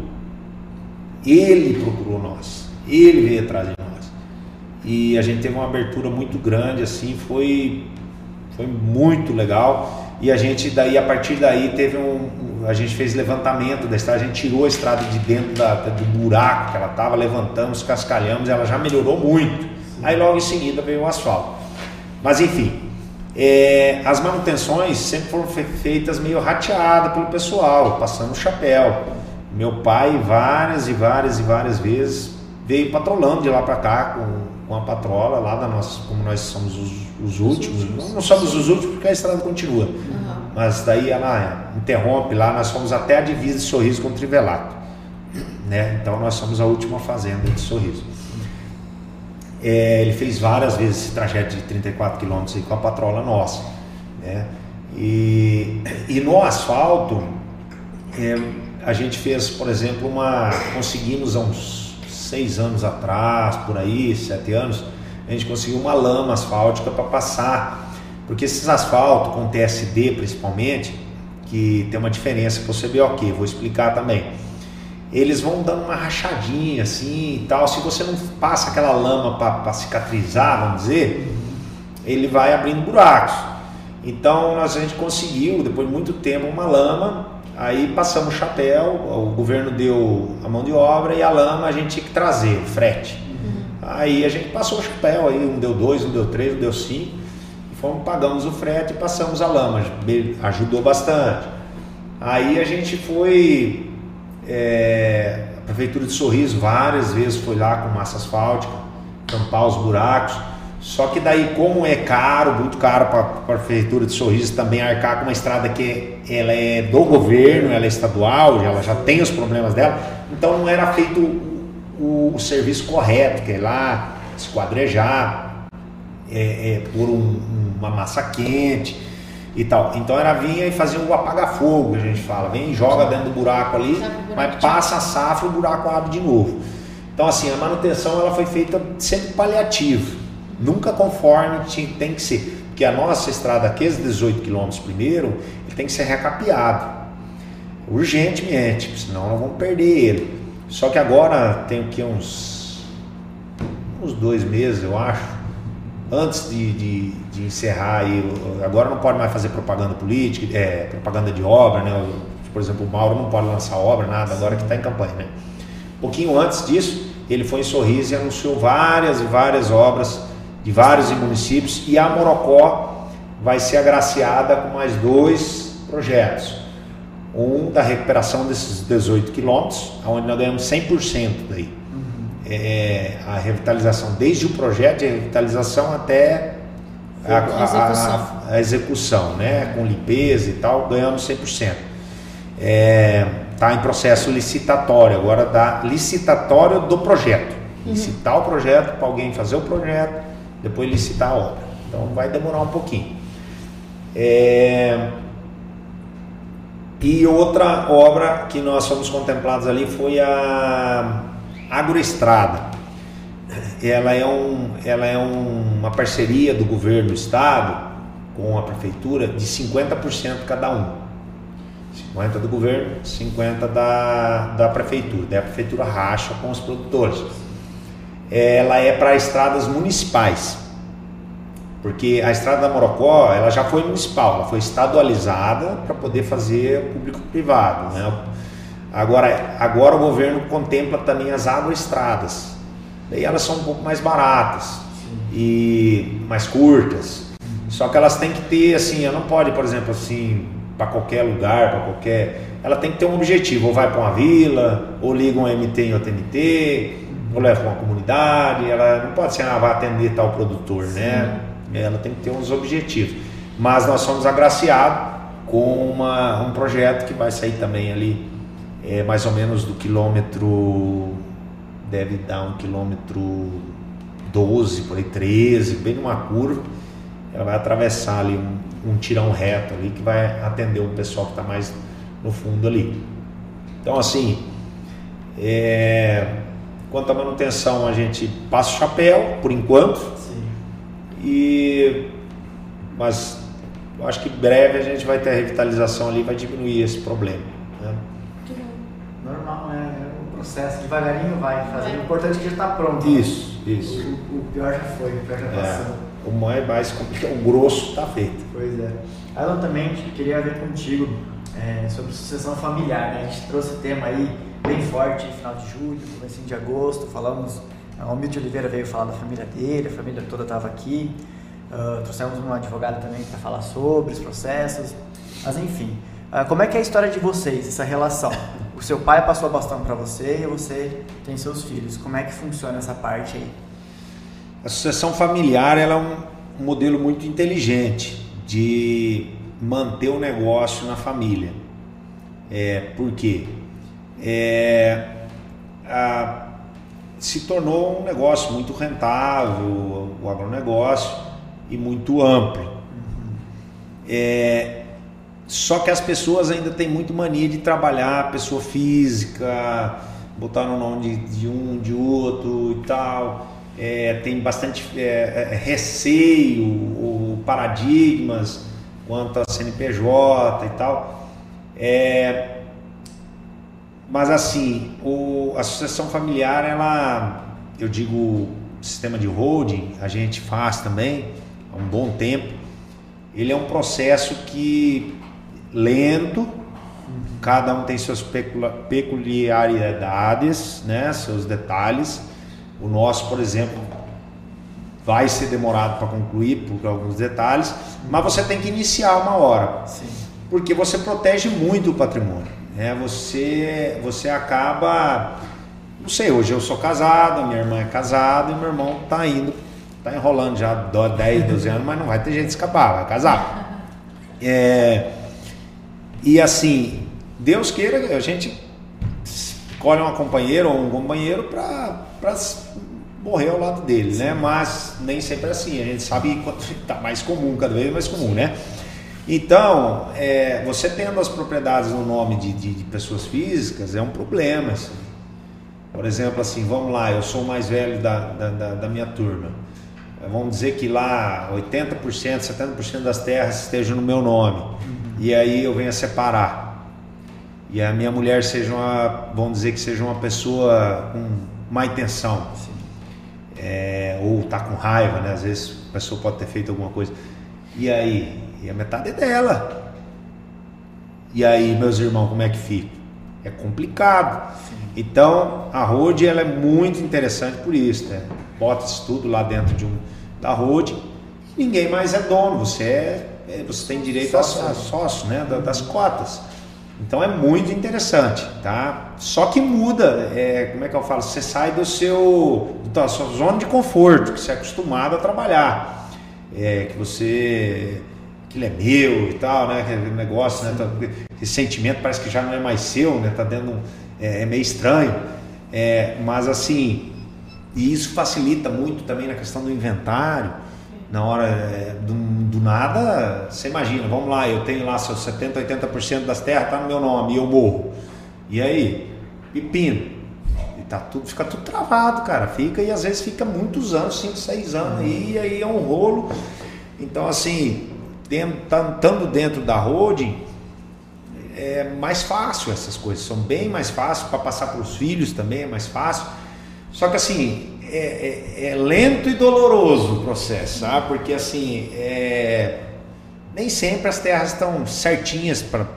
ele procurou nós. Ele veio atrás de nós e a gente teve uma abertura muito grande, assim, foi, foi muito legal. E a gente daí, a partir daí, teve um, a gente fez levantamento da estrada, a gente tirou a estrada de dentro da, do buraco que ela estava, levantamos, cascalhamos, ela já melhorou muito. Aí logo em seguida veio o asfalto. Mas enfim, é, as manutenções sempre foram feitas meio rateadas pelo pessoal, passando o chapéu. Meu pai várias e várias e várias vezes veio patrolando de lá para cá com, com a patrola lá da nossa, como nós somos os, os últimos, não, não somos os últimos porque a estrada continua, uhum. mas daí ela interrompe lá, nós fomos até a divisa de Sorriso com o Trivelato, né? Então nós somos a última fazenda de Sorriso. É, ele fez várias vezes esse trajeto de trinta e quatro quilômetros aí com a patrola nossa, né? E, e no asfalto, é, a gente fez, por exemplo, uma, conseguimos há uns seis anos atrás, por aí, sete anos, a gente conseguiu uma lama asfáltica para passar, porque esses asfaltos com T S D principalmente, que tem uma diferença para o C B O Q, vou explicar também, eles vão dando uma rachadinha assim e tal, se você não passa aquela lama para cicatrizar, vamos dizer, ele vai abrindo buracos. Então nós, a gente conseguiu, depois de muito tempo, uma lama. Aí passamos o chapéu, o governo deu a mão de obra e a lama a gente tinha que trazer, o frete. Uhum. Aí a gente passou o chapéu, aí um deu dois, um deu três, um deu cinco, e fomos, pagamos o frete e passamos a lama, ajudou bastante. Aí a gente foi, é, a Prefeitura de Sorriso várias vezes foi lá com massa asfáltica, tampar os buracos. Só que daí, como é caro, muito caro para a Prefeitura de Sorriso também arcar com uma estrada que ela é do governo, ela é estadual, ela já tem os problemas dela, então não era feito o, o, o serviço correto, que é lá esquadrejar, é, é, pôr um, uma massa quente e tal. Então era vinha e fazia um apaga-fogo, que a gente fala, vem e joga dentro do buraco ali, mas passa a safra e o buraco abre de novo. Então assim, a manutenção ela foi feita sempre paliativa. Nunca conforme tem que ser, porque a nossa estrada aqui, esses dezoito quilômetros primeiro, ele tem que ser recapeado, urgentemente, senão nós vamos perder ele. Só que agora tem aqui uns, uns dois meses, eu acho, antes de, de, de encerrar aí, agora não pode mais fazer propaganda política, é, propaganda de obra, né? Por exemplo, o Mauro não pode lançar obra, nada, agora que está em campanha, né? Um pouquinho antes disso, ele foi em Sorriso e anunciou várias e várias obras de vários municípios, e a Morocó vai ser agraciada com mais dois projetos. Um da recuperação desses dezoito quilômetros, onde nós ganhamos cem por cento daí. Uhum. É, a revitalização, desde o projeto de revitalização até a, a, execução. A, a execução, né? Com limpeza e tal, ganhamos cem por cento. Está é, em processo licitatório, agora dá licitatório do projeto. Uhum. Licitar o projeto para alguém fazer o projeto, depois licitar a obra. Então vai demorar um pouquinho. É... E outra obra que nós fomos contemplados ali foi a Agroestrada. Ela é, um, ela é um, uma parceria do governo do estado com a prefeitura de cinquenta por cento cada um. cinquenta por cento do governo, cinquenta por cento da, da prefeitura. Daí a prefeitura racha com os produtores. Ela é para estradas municipais, porque a estrada da Morocó ela já foi municipal, ela foi estadualizada para poder fazer público-privado, né? Agora, agora o governo contempla também as agroestradas, daí elas são um pouco mais baratas e mais curtas, só que elas têm que ter assim, ela não pode, por exemplo, assim, para qualquer lugar, para qualquer, ela tem que ter um objetivo, ou vai para uma vila, ou liga um M T em outro M T, ou leva para uma comunidade, ela não pode ser, ah, vai atender tal produtor, sim, né? Ela tem que ter uns objetivos. Mas nós somos agraciados com uma, um projeto que vai sair também ali, é, mais ou menos do quilômetro, deve dar um quilômetro doze, por aí treze, bem numa curva, ela vai atravessar ali um, um tirão reto ali, que vai atender o pessoal que está mais no fundo ali. Então assim, é... quanto à manutenção, a gente passa o chapéu, por enquanto. Sim. E, mas eu acho que em breve a gente vai ter a revitalização ali, vai diminuir esse problema. Né? Normal, né? O processo devagarinho vai fazendo. O importante é que já está pronto. Isso, isso. O, o pior já foi, o pior já passou. É, o mais, mais complicado, o grosso está feito. Pois é. Alan, também queria ver contigo é, sobre sucessão familiar, né? A gente trouxe o tema aí bem forte no final de julho, comecinho de agosto, falamos, o Milton Oliveira veio falar da família dele, a família toda estava aqui, uh, trouxemos uma advogada também para falar sobre os processos, mas enfim, uh, como é que é a história de vocês, essa relação? O seu pai passou a bastão para você e você tem seus filhos, como é que funciona essa parte aí? A sucessão familiar ela é um, um modelo muito inteligente de manter o negócio na família. É, por quê? É, a, se tornou um negócio muito rentável, o agronegócio, e muito amplo. Uhum. É, só que as pessoas ainda têm muito mania de trabalhar pessoa física, botar no nome de, de um, de outro e tal. É, tem bastante é, receio ou paradigmas quanto a C N P J e tal. É, mas assim, o, a sucessão familiar, ela, eu digo, sistema de holding, a gente faz também há um bom tempo. Ele é um processo que lento, cada um tem suas peculiaridades, né, seus detalhes. O nosso, por exemplo, vai ser demorado para concluir por alguns detalhes, mas você tem que iniciar uma hora. Sim. Porque você protege muito o patrimônio. Né? Você, você acaba não sei, hoje eu sou casado, minha irmã é casada e meu irmão tá indo, tá enrolando já dez, doze anos, mas não vai ter jeito de escapar, vai casar. É, e assim, Deus queira, a gente escolhe uma companheira ou um companheiro para morrer ao lado dele, né? Mas nem sempre é assim, a gente sabe que tá mais comum, cada vez mais comum, né? Então, é, você tendo as propriedades no nome de, de, de pessoas físicas é um problema, assim. Por exemplo, assim, vamos lá, eu sou o mais velho da, da, da, da minha turma. Vamos dizer que lá oitenta por cento, setenta por cento das terras estejam no meu nome. Uhum. E aí eu venho a separar. E a minha mulher seja uma, vamos dizer que seja uma pessoa com má intenção. É, ou tá com raiva, né? Às vezes a pessoa pode ter feito alguma coisa. E aí? E a metade é dela. E aí, meus irmãos, como é que fica? É complicado. Sim. Então, a road ela é muito interessante por isso, né? Bota isso tudo lá dentro de um, da road. Ninguém mais é dono. Você, é, é, você tem direito sócio, a, a sócio, né? Das cotas. Então, é muito interessante, tá? Só que muda. É, como é que eu falo? Você sai do seu, da sua zona de conforto, que você é acostumado a trabalhar. É, que você... aquilo é meu e tal, né? Aquele negócio, né? Esse sentimento parece que já não é mais seu, né? Tá dando um, é, é meio estranho, é, mas assim, e isso facilita muito também na questão do inventário. Na hora é, do, do nada, você imagina, vamos lá, eu tenho lá seus setenta, oitenta por cento das terras tá no meu nome e eu morro. E aí, pepino. E tá tudo, fica tudo travado, cara. Fica e às vezes fica muitos anos, cinco, seis anos, e, e aí é um rolo. Então assim, estando dentro da holding é mais fácil, essas coisas são bem mais fáceis, para passar para os filhos também é mais fácil, só que assim é, é, é lento e doloroso o processo, sabe? Porque assim é, nem sempre as terras estão certinhas para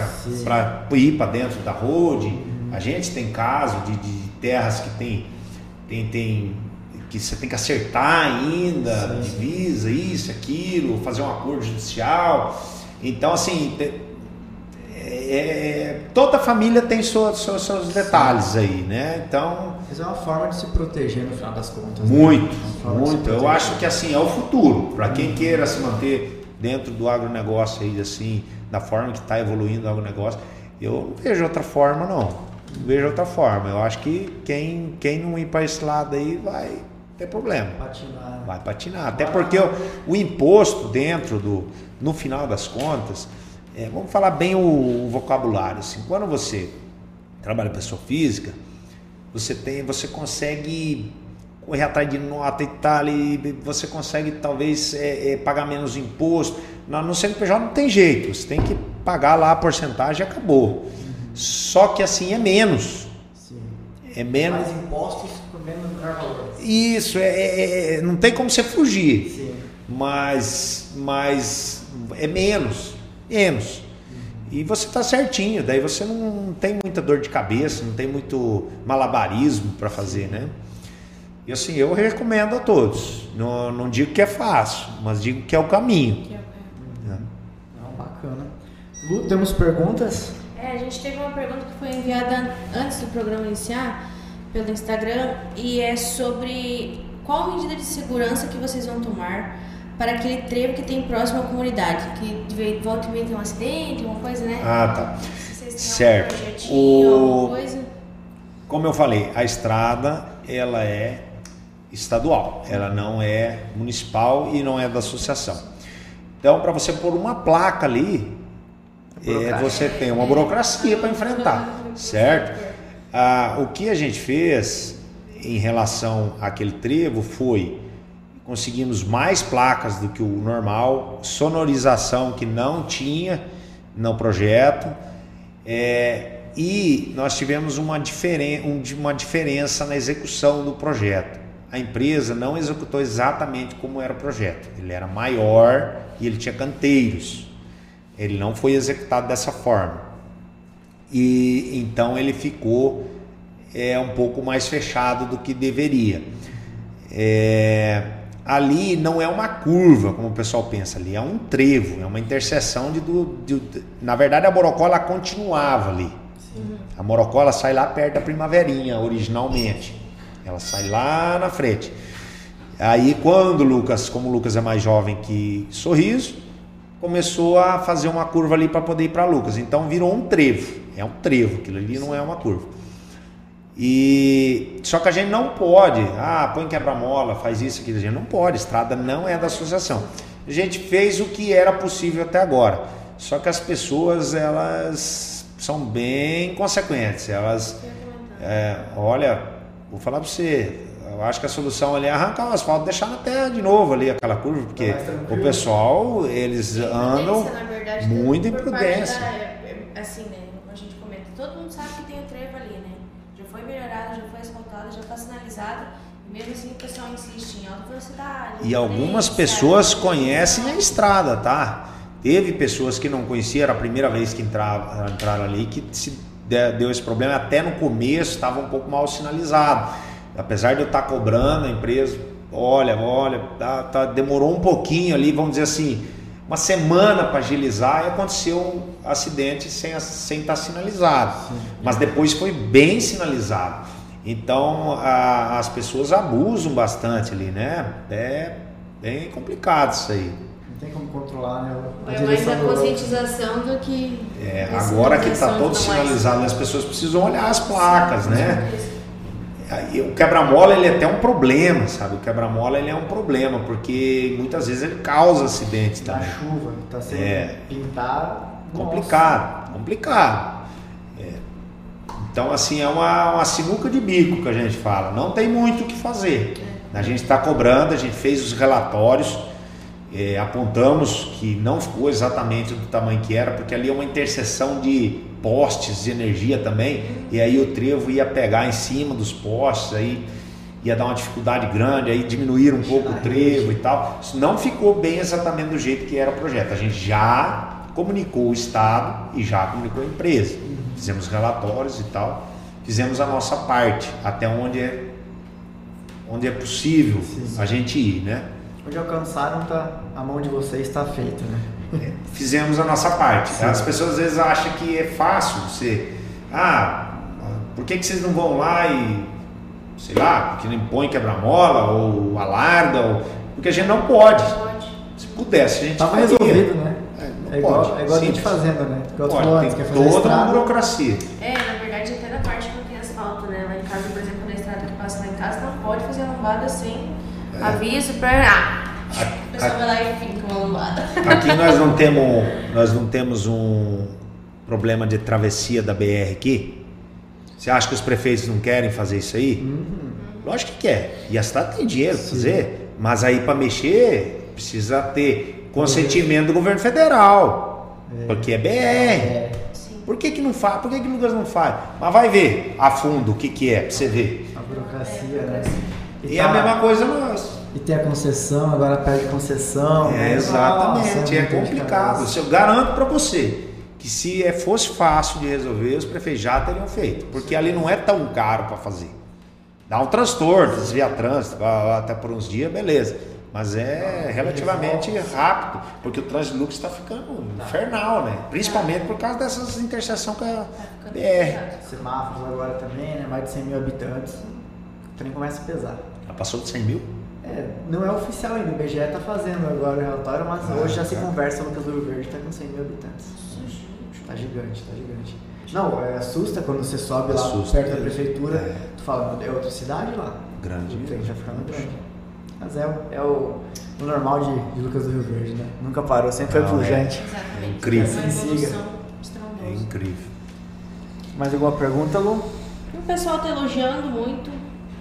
ir para dentro da holding. A gente tem caso de, de terras que tem, tem, tem que você tem que acertar ainda, sim, divisa, isso, aquilo, fazer um acordo judicial. Então, assim, é, é, toda família tem seus, seus, seus detalhes aí, né? Então... Mas é uma forma de se proteger no final das contas. Muito, né? muito. Eu acho que, assim, é o futuro. Para quem queira se manter dentro do agronegócio aí, assim, da forma que está evoluindo o agronegócio, eu não vejo outra forma, não. Não vejo outra forma. Eu acho que quem, quem não ir para esse lado aí vai... tem problema. Patinar. Vai patinar. Até porque o, o imposto dentro do, no final das contas, é, vamos falar bem o, o vocabulário. Assim, quando você trabalha pessoa física, você tem, você consegue correr atrás de nota e tal, e você consegue talvez é, é, pagar menos imposto. No, no C N P J não tem jeito, você tem que pagar lá a porcentagem e acabou. Uhum. Só que assim é menos. Sim. É menos. Mais impostos. Isso, é, é, é, não tem como você fugir. Sim. Mas, mas é menos, menos. Uhum. E você está certinho, daí você não tem muita dor de cabeça, não tem muito malabarismo para fazer, né? E assim, eu recomendo a todos. Não, não digo que é fácil, mas digo que é o caminho. Que é, é. Não, bacana. Lu, temos perguntas? É, a gente teve uma pergunta que foi enviada antes do programa iniciar pelo Instagram, e é sobre qual medida de segurança que vocês vão tomar para aquele trevo que tem próximo à comunidade, que de volta e meia tem um acidente, uma coisa, né? Ah, tá. Se vocês têm certo. algum projetinho, o... alguma coisa? Como eu falei, a estrada ela é estadual, ela não é municipal e não é da associação. Então, para você pôr uma placa ali, é, você tem uma burocracia para enfrentar, certo? Ah, o que a gente fez em relação àquele trevo foi conseguimos mais placas do que o normal, sonorização que não tinha no projeto, é, e nós tivemos uma, diferen- uma diferença na execução do projeto. A empresa não executou exatamente como era o projeto, ele era maior e ele tinha canteiros, ele não foi executado dessa forma. E então ele ficou é, um pouco mais fechado do que deveria. É, ali não é uma curva, como o pessoal pensa, ali é um trevo, é uma interseção de, do, de, de, na verdade a Borocó ela continuava ali. Sim. A Morocó ela sai lá perto da Primaverinha, originalmente. Ela sai lá na frente. Aí quando o Lucas, como o Lucas é mais jovem que Sorriso, começou a fazer uma curva ali para poder ir para Lucas. Então virou um trevo. É um trevo, aquilo ali não é uma curva. E só que a gente não pode, ah, põe quebra-mola, faz isso, aquilo, a gente não pode, estrada não é da associação. A gente fez o que era possível até agora. Só que as pessoas, elas são bem consequentes. Elas, é, olha, vou falar para você, eu acho que a solução ali é arrancar o asfalto, deixar na terra de novo ali aquela curva, porque o pessoal, eles andam na verdade, muito por imprudência. Da, assim, né, como a gente comenta, todo mundo sabe que tem o trevo ali, né? Já foi melhorado, já foi asfaltado, já está sinalizado. Mesmo assim o pessoal insiste em alta velocidade. E algumas pessoas conhecem a estrada, tá? Teve pessoas que não conheciam, era a primeira vez que entraram, entraram ali, que se deu esse problema. Até no começo estava um pouco mal sinalizado. Apesar de eu estar cobrando a empresa, olha, olha, tá, tá, demorou um pouquinho ali, vamos dizer assim, uma semana para agilizar, e aconteceu um acidente sem, sem estar sinalizado. Sim. Mas depois foi bem sinalizado. Então a, as pessoas abusam bastante ali, né? É bem complicado isso aí. Não tem como controlar, né? A é mais a conscientização do que... É, agora que está todo sinalizado, mais... as pessoas precisam olhar as placas, né? Aí, o quebra-mola ele é até um problema, sabe? O quebra-mola ele é um problema, porque muitas vezes ele causa acidentes também. Na chuva, está sendo é, pintado. Complicado, nossa. complicado. É. Então, assim, é uma, uma sinuca de bico que a gente fala. Não tem muito o que fazer. A gente está cobrando, a gente fez os relatórios, é, apontamos que não ficou exatamente do tamanho que era, porque ali é uma interseção de postes de energia também, e aí o trevo ia pegar em cima dos postes, aí ia dar uma dificuldade grande, aí diminuir um pouco o trevo e tal. Isso não ficou bem exatamente do jeito que era o projeto. A gente já comunicou o Estado e já comunicou a empresa. Fizemos relatórios e tal, fizemos a nossa parte, até onde é, onde é possível sim, sim. a gente ir, né? Onde alcançaram, tá, a mão de vocês está feita, né? É, fizemos a nossa parte. Sim. As pessoas às vezes acham que é fácil você, ah, por que, que vocês não vão lá e, sei lá, porque não impõe quebra-mola ou alarga, ou... porque a gente não pode. Se pudesse, a gente Tava resolvido, né? É, é igual, é igual a gente fazendo, né? Igual pode, falou, tem antes, toda estrada, uma burocracia. É, na verdade, até na parte que não tem asfalto, né? Lá em casa, por exemplo, na estrada que passa lá em casa, não pode fazer lombada sem é. aviso para... Ah, a pessoa vai lá e fica uma lombada. Aqui nós não temos, nós não temos um problema de travessia da B R aqui. Você acha que os prefeitos não querem fazer isso aí? Uhum. Lógico que quer. E a cidade tem dinheiro para fazer. Mas aí para mexer precisa ter consentimento do governo federal. É. Porque é B R. É. Por que que não faz? Por que que o Lucas não faz? Mas vai ver a fundo o que que é para você ver. A burocracia, né? E, e tá... é a mesma coisa nós. E tem a concessão, agora perde concessão. É, exatamente, nossa, é complicado. Eu garanto para você que se fosse fácil de resolver, os prefeitos já teriam feito. Porque ali não é tão caro para fazer. Dá um transtorno, desvia trânsito, até por uns dias, beleza. Mas é relativamente rápido, porque o trânsito de Lucas está ficando infernal, né? Principalmente por causa dessas interseções com a B R. Semáforos agora também, né? Mais de cem mil habitantes. O trem começa a pesar. Já passou de cem mil? É, não é oficial ainda, o I B G E está fazendo agora o relatório, mas ah, hoje já se conversa, Lucas do Rio Verde está com cem mil habitantes. Está gigante, está gigante. Não, é, assusta quando você sobe lá assusta, perto da prefeitura, é. tu fala, é outra cidade lá? Grande. O trem já ficando grande. Mas é, o, é o, o normal de, de Lucas do Rio Verde, né? Nunca parou, sempre não, foi pujante. É, é incrível. É, é incrível. Mais alguma pergunta, Lu? O pessoal está elogiando muito.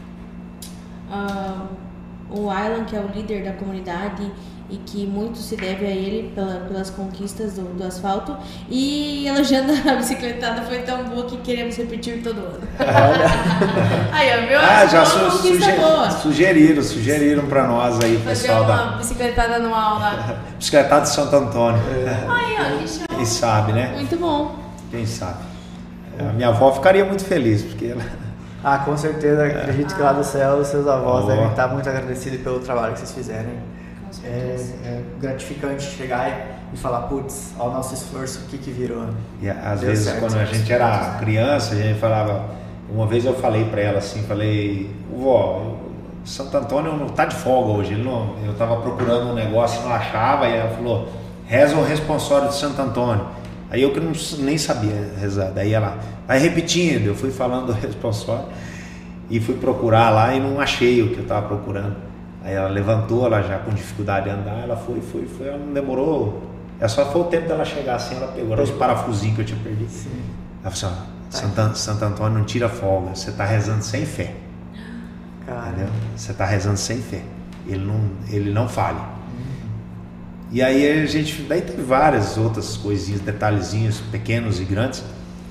Uh, o Aylan, que é o líder da comunidade e que muito se deve a ele pela, pelas conquistas do, do asfalto, e elogiando a bicicletada foi tão boa que queremos repetir todo ano. Aí, ó, viu? Ah, já su suger boa. sugeriram, sugeriram para nós aí, o pessoal uma da bicicletada anual lá. Bicicletada de Santo Antônio. É. Aí, ó, que show. Quem sabe, né? Muito bom. Quem sabe. A minha avó ficaria muito feliz, porque ela... Ah, com certeza, acredito que lá do céu os seus avós oh. devem estar muito agradecidos pelo trabalho que vocês fizeram. é, é gratificante chegar e falar, putz, olha o nosso esforço, o que que virou. E às Deu vezes certo. Quando a gente era criança, a gente falava, uma vez eu falei para ela assim, falei, vó, Santo Antônio não tá de folga hoje, ele não, eu tava procurando um negócio e não achava, e ela falou, reza o responsório de Santo Antônio. Aí eu que não, nem sabia rezar, daí ela vai repetindo, eu fui falando do responsório e fui procurar lá e não achei o que eu tava procurando. Aí ela levantou, ela já com dificuldade de andar, ela foi, foi, foi, ela não demorou, é só foi o tempo dela chegar assim, ela pegou os parafusinhos que eu tinha perdido. Sim. Ela falou assim, Santo, Santo Antônio não tira folga, você tá rezando sem fé. Entendeu? Você está rezando sem fé, ele não, ele não falha. Uhum. E aí a gente, daí tem várias outras coisinhas, detalhezinhos pequenos e grandes.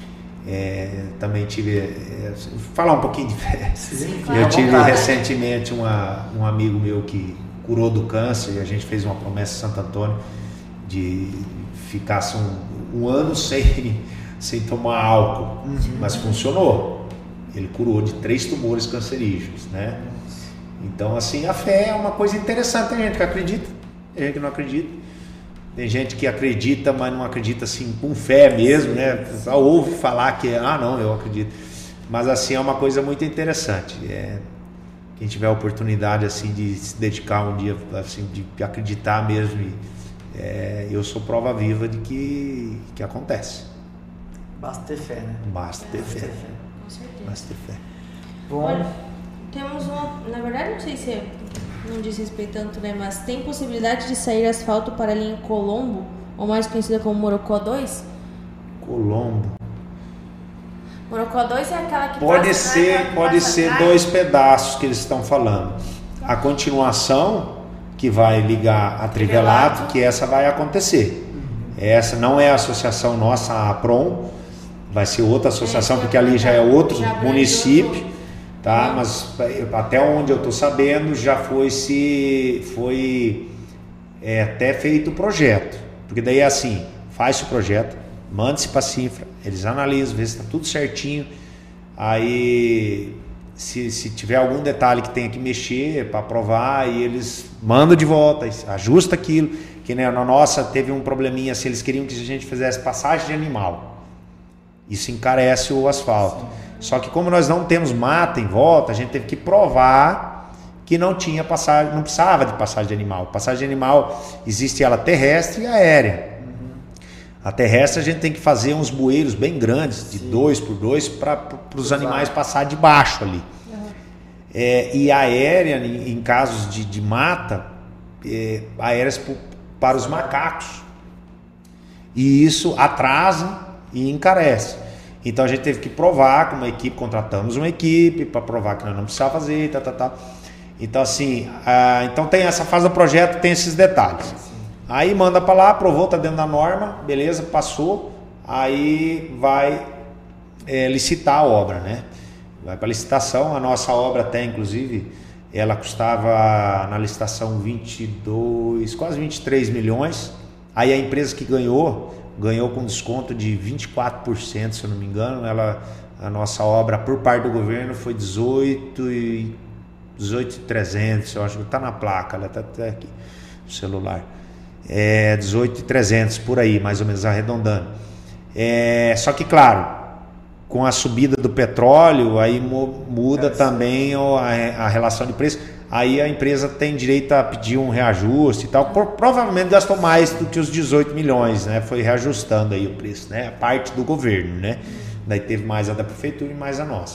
É, também tive, é, falar um pouquinho de fé. Sim, claro. Eu tive recentemente uma, um amigo meu que curou do câncer e a gente fez uma promessa em Santo Antônio de ficar um, um ano sem, sem tomar álcool, uhum. Mas funcionou. Ele curou de três tumores cancerígenos, né? Então, assim, a fé é uma coisa interessante. Tem gente que acredita, tem gente que não acredita. Tem gente que acredita, mas não acredita, assim, com fé mesmo, né? Só ouve falar que, ah, não, eu acredito. Mas, assim, é uma coisa muito interessante. É, quem tiver a oportunidade, assim, de se dedicar um dia, assim, de acreditar mesmo. E, é, eu sou prova viva de que, que acontece. Basta ter fé, né? Basta ter fé. Ter fé. Mas ter fé. Bom, olha, temos uma, na verdade não sei se é, não diz respeito tanto, né, mas tem possibilidade de sair asfalto para a linha Colombo, ou mais conhecida como Morocó dois? Colombo. Morocó dois é aquela que pode passa ser, atrás, pode passa ser atrás. Dois pedaços que eles estão falando. A continuação que vai ligar a Trivelato, Trivelato. Que essa vai acontecer. Essa não é a associação nossa, a APROM. Vai ser outra associação, é, porque ali já é outro já município, tá? Uhum. Mas até onde eu estou sabendo, já foi se foi é, até feito o projeto. Porque daí é assim, faz o projeto, manda-se para a Cinfra, eles analisam, vê se está tudo certinho. Aí, se, se tiver algum detalhe que tenha que mexer para aprovar, aí eles mandam de volta, ajusta aquilo. Que né, na nossa teve um probleminha, se eles queriam que a gente fizesse passagem de animal. Isso encarece o asfalto. Sim. Só que como nós não temos mata em volta, a gente teve que provar que não tinha passagem, não precisava de passagem de animal. Passagem de animal existe ela terrestre e aérea. Uhum. A terrestre a gente tem que fazer uns bueiros bem grandes, de Sim. dois por dois, para os animais passar de baixo ali. Uhum. É, e a aérea, em, em casos de, de mata, é, aéreas para os macacos. E isso atrasa e encarece. Então a gente teve que provar com uma equipe, contratamos uma equipe para provar que nós não precisava fazer, tá, tá, tá. Então assim, ah, então tem essa fase do projeto, tem esses detalhes. Sim. Aí manda para lá, aprovou, tá dentro da norma, beleza, passou, aí vai é, licitar a obra, né? Vai para licitação, a nossa obra até inclusive, ela custava na licitação vinte e dois, quase vinte e três milhões, aí a empresa que ganhou, ganhou com desconto de vinte e quatro por cento, se eu não me engano. Ela, a nossa obra, por parte do governo, foi dezoito e trezentos, eu acho que está na placa, ela está até aqui no celular. É dezoito e trezentos, por aí, mais ou menos, arredondando. É, só que, claro, com a subida do petróleo, aí muda é, também a, a relação de preço. Aí a empresa tem direito a pedir um reajuste e tal. Por, provavelmente gastou mais do que os dezoito milhões, né? Foi reajustando aí o preço, né? A parte do governo, né? Daí teve mais a da prefeitura e mais a nossa.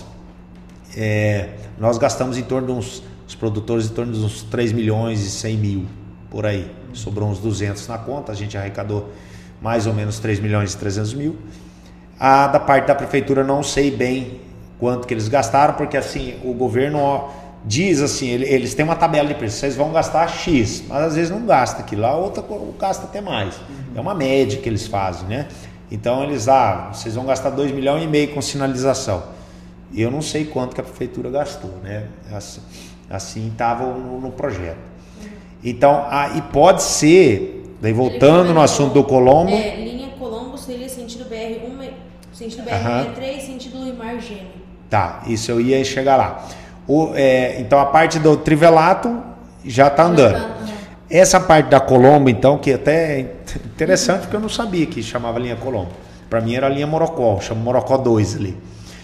É, nós gastamos em torno de uns, os produtores, em torno de uns três milhões e cem mil, por aí. Sobrou uns duzentos na conta, a gente arrecadou mais ou menos três milhões e trezentos mil. A da parte da prefeitura não sei bem quanto que eles gastaram, porque assim, o governo... Ó, diz assim, eles têm uma tabela de preço, vocês vão gastar X, mas às vezes não gasta aquilo lá, outra gasta até mais. Uhum. É uma média que eles fazem, né? Então eles, ah, vocês vão gastar dois milhões e meio com sinalização. E eu não sei quanto que a prefeitura gastou, né? Assim estava no, no projeto. Uhum. Então, ah, e pode ser, daí voltando no assunto do Colombo... É, linha Colombo seria sentido B R um, sentido B R sessenta e três, uhum. Sentido Limar Gêmeo. Tá, isso eu ia chegar lá. O, é, então a parte do Trivelato já está andando. essa parte da Colombo, então, que até é interessante, porque eu não sabia que chamava linha Colombo. Para mim era a linha Morocó, chama Morocó dois ali.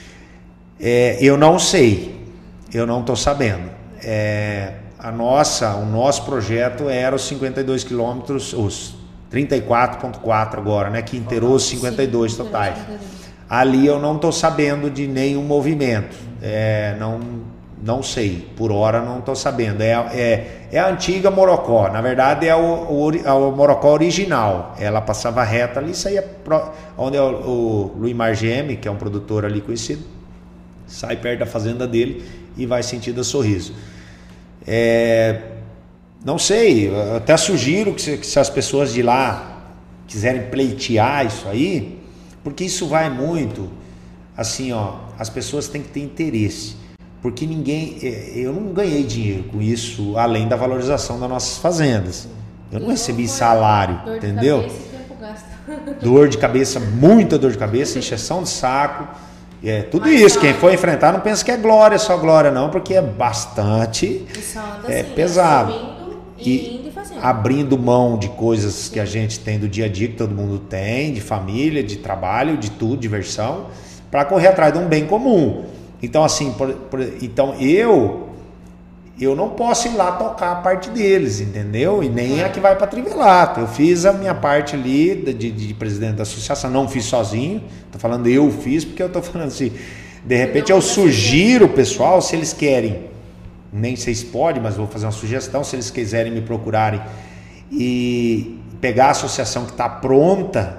É, eu não sei, eu não estou sabendo. É, a nossa, o nosso projeto era os cinquenta e dois quilômetros, os trinta e quatro vírgula quatro agora, né, que inteirou os cinquenta e dois totais. Ali eu não estou sabendo de nenhum movimento, é, não, não sei, por hora não estou sabendo. É, é, é a antiga Morocó, na verdade é o, o, o Morocó original. Ela passava reta ali, saía pro, onde é o, o Luiz Margeme, que é um produtor ali conhecido, sai perto da fazenda dele e vai sentido a Sorriso. É, não sei, eu até sugiro que se, que se as pessoas de lá quiserem pleitear isso aí, porque isso vai muito, assim, ó, as pessoas têm que ter interesse, porque ninguém, eu não ganhei dinheiro com isso, além da valorização das nossas fazendas, eu não recebi salário, entendeu? Dor de cabeça, muita dor de cabeça, encheção de saco, é, tudo Mas isso, quem for enfrentar não pensa que é glória, só glória não, porque é bastante é, assim, pesado. E, indo e abrindo mão de coisas que a gente tem do dia a dia, que todo mundo tem, de família, de trabalho, de tudo, diversão, para correr atrás de um bem comum. Então, assim, por, por, então eu eu não posso ir lá tocar a parte deles, entendeu? E nem a que vai para Trivelato. Eu fiz a minha parte ali de, de, de presidente da associação, não fiz sozinho, tô falando eu fiz, porque eu tô falando assim, de repente eu sugiro o pessoal, se eles querem, nem sei se pode, mas vou fazer uma sugestão, se eles quiserem me procurarem e pegar a associação que está pronta,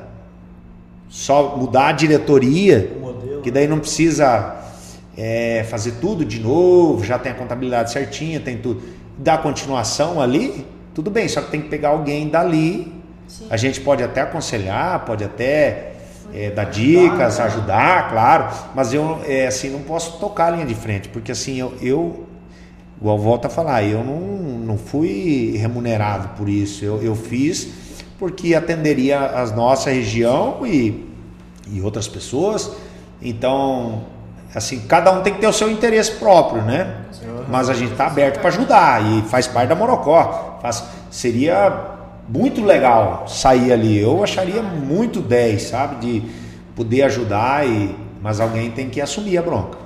só mudar a diretoria, modelo, que daí não precisa é, fazer tudo de novo, já tem a contabilidade certinha, tem tudo, dar continuação ali, tudo bem, só que tem que pegar alguém dali. Sim. A gente pode até aconselhar, pode até é, dar dicas, ajudar, claro, mas eu é, assim, não posso tocar a linha de frente, porque assim, eu, eu igual volto a falar, eu não, não fui remunerado por isso, eu, eu fiz porque atenderia a nossa região e, e outras pessoas, então, assim, cada um tem que ter o seu interesse próprio, né? Mas a gente está aberto para ajudar e faz parte da Morocó, faz, seria muito legal sair ali, eu acharia muito dez, sabe, de poder ajudar, e, mas alguém tem que assumir a bronca.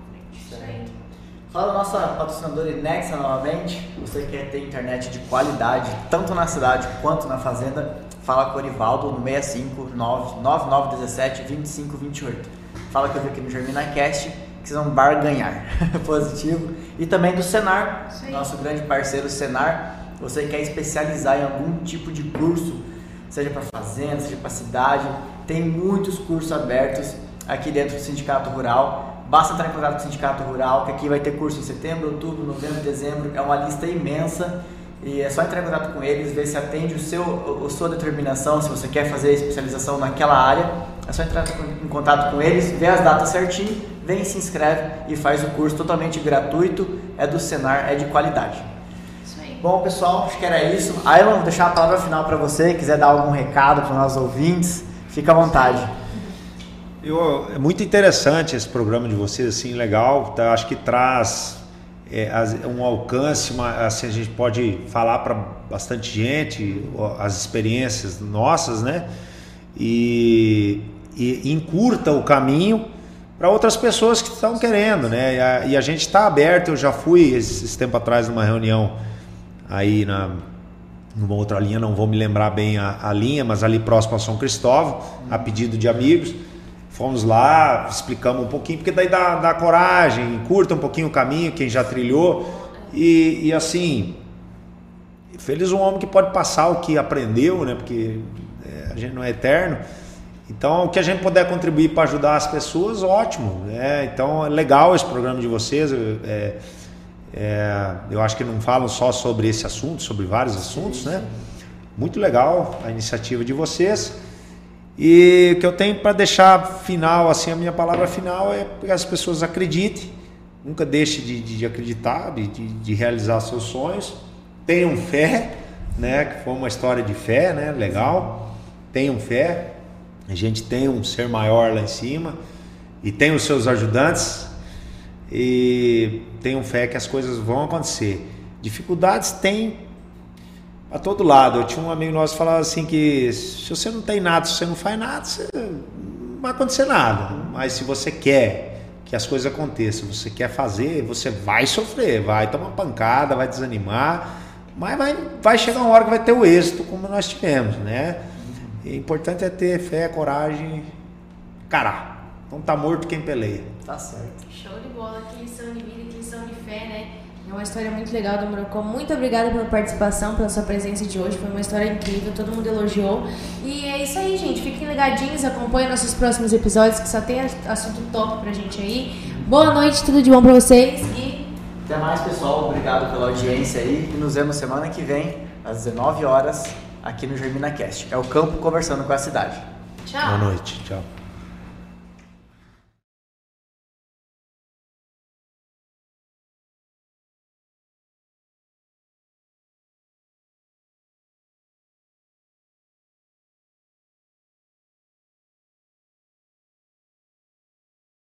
Fala da nossa patrocinadora Inexa novamente. Você quer ter internet de qualidade, tanto na cidade quanto na fazenda, fala com o Orivaldo no seis cinco nove nove nove um sete dois cinco dois oito. Fala que eu vi aqui no GerminaCast que vocês vão barganhar. Positivo. E também do Senar, nosso grande parceiro Senar. Você quer especializar em algum tipo de curso, seja para fazenda, seja para cidade, tem muitos cursos abertos aqui dentro do Sindicato Rural. Basta entrar em contato com o Sindicato Rural, que aqui vai ter curso em setembro, outubro, novembro, dezembro. É uma lista imensa e é só entrar em contato com eles, ver se atende o seu, a sua determinação, se você quer fazer especialização naquela área. É só entrar em contato com eles, ver as datas certinho, vem, se inscreve e faz o curso totalmente gratuito. É do Senar, é de qualidade. Isso aí. Bom, pessoal, acho que era isso. Aylan, vou deixar a palavra final para você. Quiser dar algum recado para os nossos ouvintes, fica à vontade. Eu, é muito interessante esse programa de vocês, assim, legal, tá? Acho que traz é, um alcance, uma, assim, a gente pode falar para bastante gente, as experiências nossas, né? E, e encurta o caminho para outras pessoas que estão querendo, né? E a, e a gente está aberto. Eu já fui esse, esse tempo atrás numa reunião aí na, numa outra linha, não vou me lembrar bem a, a linha, mas ali próximo a São Cristóvão, a pedido de amigos. Fomos lá, explicamos um pouquinho, porque daí dá, dá coragem, curta um pouquinho o caminho, quem já trilhou. E, e assim, feliz um homem que pode passar o que aprendeu, né? Porque é, a gente não é eterno. Então, o que a gente puder contribuir para ajudar as pessoas, ótimo. Né? Então, é legal esse programa de vocês. É, é, eu acho que não falam só sobre esse assunto, sobre vários assuntos, né? Muito legal a iniciativa de vocês. E o que eu tenho para deixar final, assim, a minha palavra final é que as pessoas acreditem, nunca deixe de, de acreditar, de, de, de realizar seus sonhos, tenham fé, né, que foi uma história de fé, né, legal, tenham fé, a gente tem um ser maior lá em cima e tem os seus ajudantes e tenham fé que as coisas vão acontecer. Dificuldades tem a todo lado. Eu tinha um amigo nosso que falava assim que se você não tem nada, se você não faz nada, você não vai acontecer nada. Mas se você quer que as coisas aconteçam, você quer fazer, você vai sofrer, vai tomar pancada, vai desanimar, mas vai, vai chegar uma hora que vai ter o êxito como nós tivemos, né? E o importante é ter fé, coragem, encarar. Não tá morto quem peleia. Tá certo. Show de bola, que lição de vida, que lição de fé, né? É uma história muito legal do Morocco. Muito obrigada pela participação, pela sua presença de hoje. Foi uma história incrível, todo mundo elogiou. E é isso aí, gente. Fiquem ligadinhos, acompanhem nossos próximos episódios, que só tem assunto top pra gente aí. Boa noite, tudo de bom pra vocês e... Até mais, pessoal. Obrigado pela audiência aí. E nos vemos semana que vem, às dezenove horas, aqui no GerminaCast. É o campo conversando com a cidade. Tchau. Boa noite. Tchau.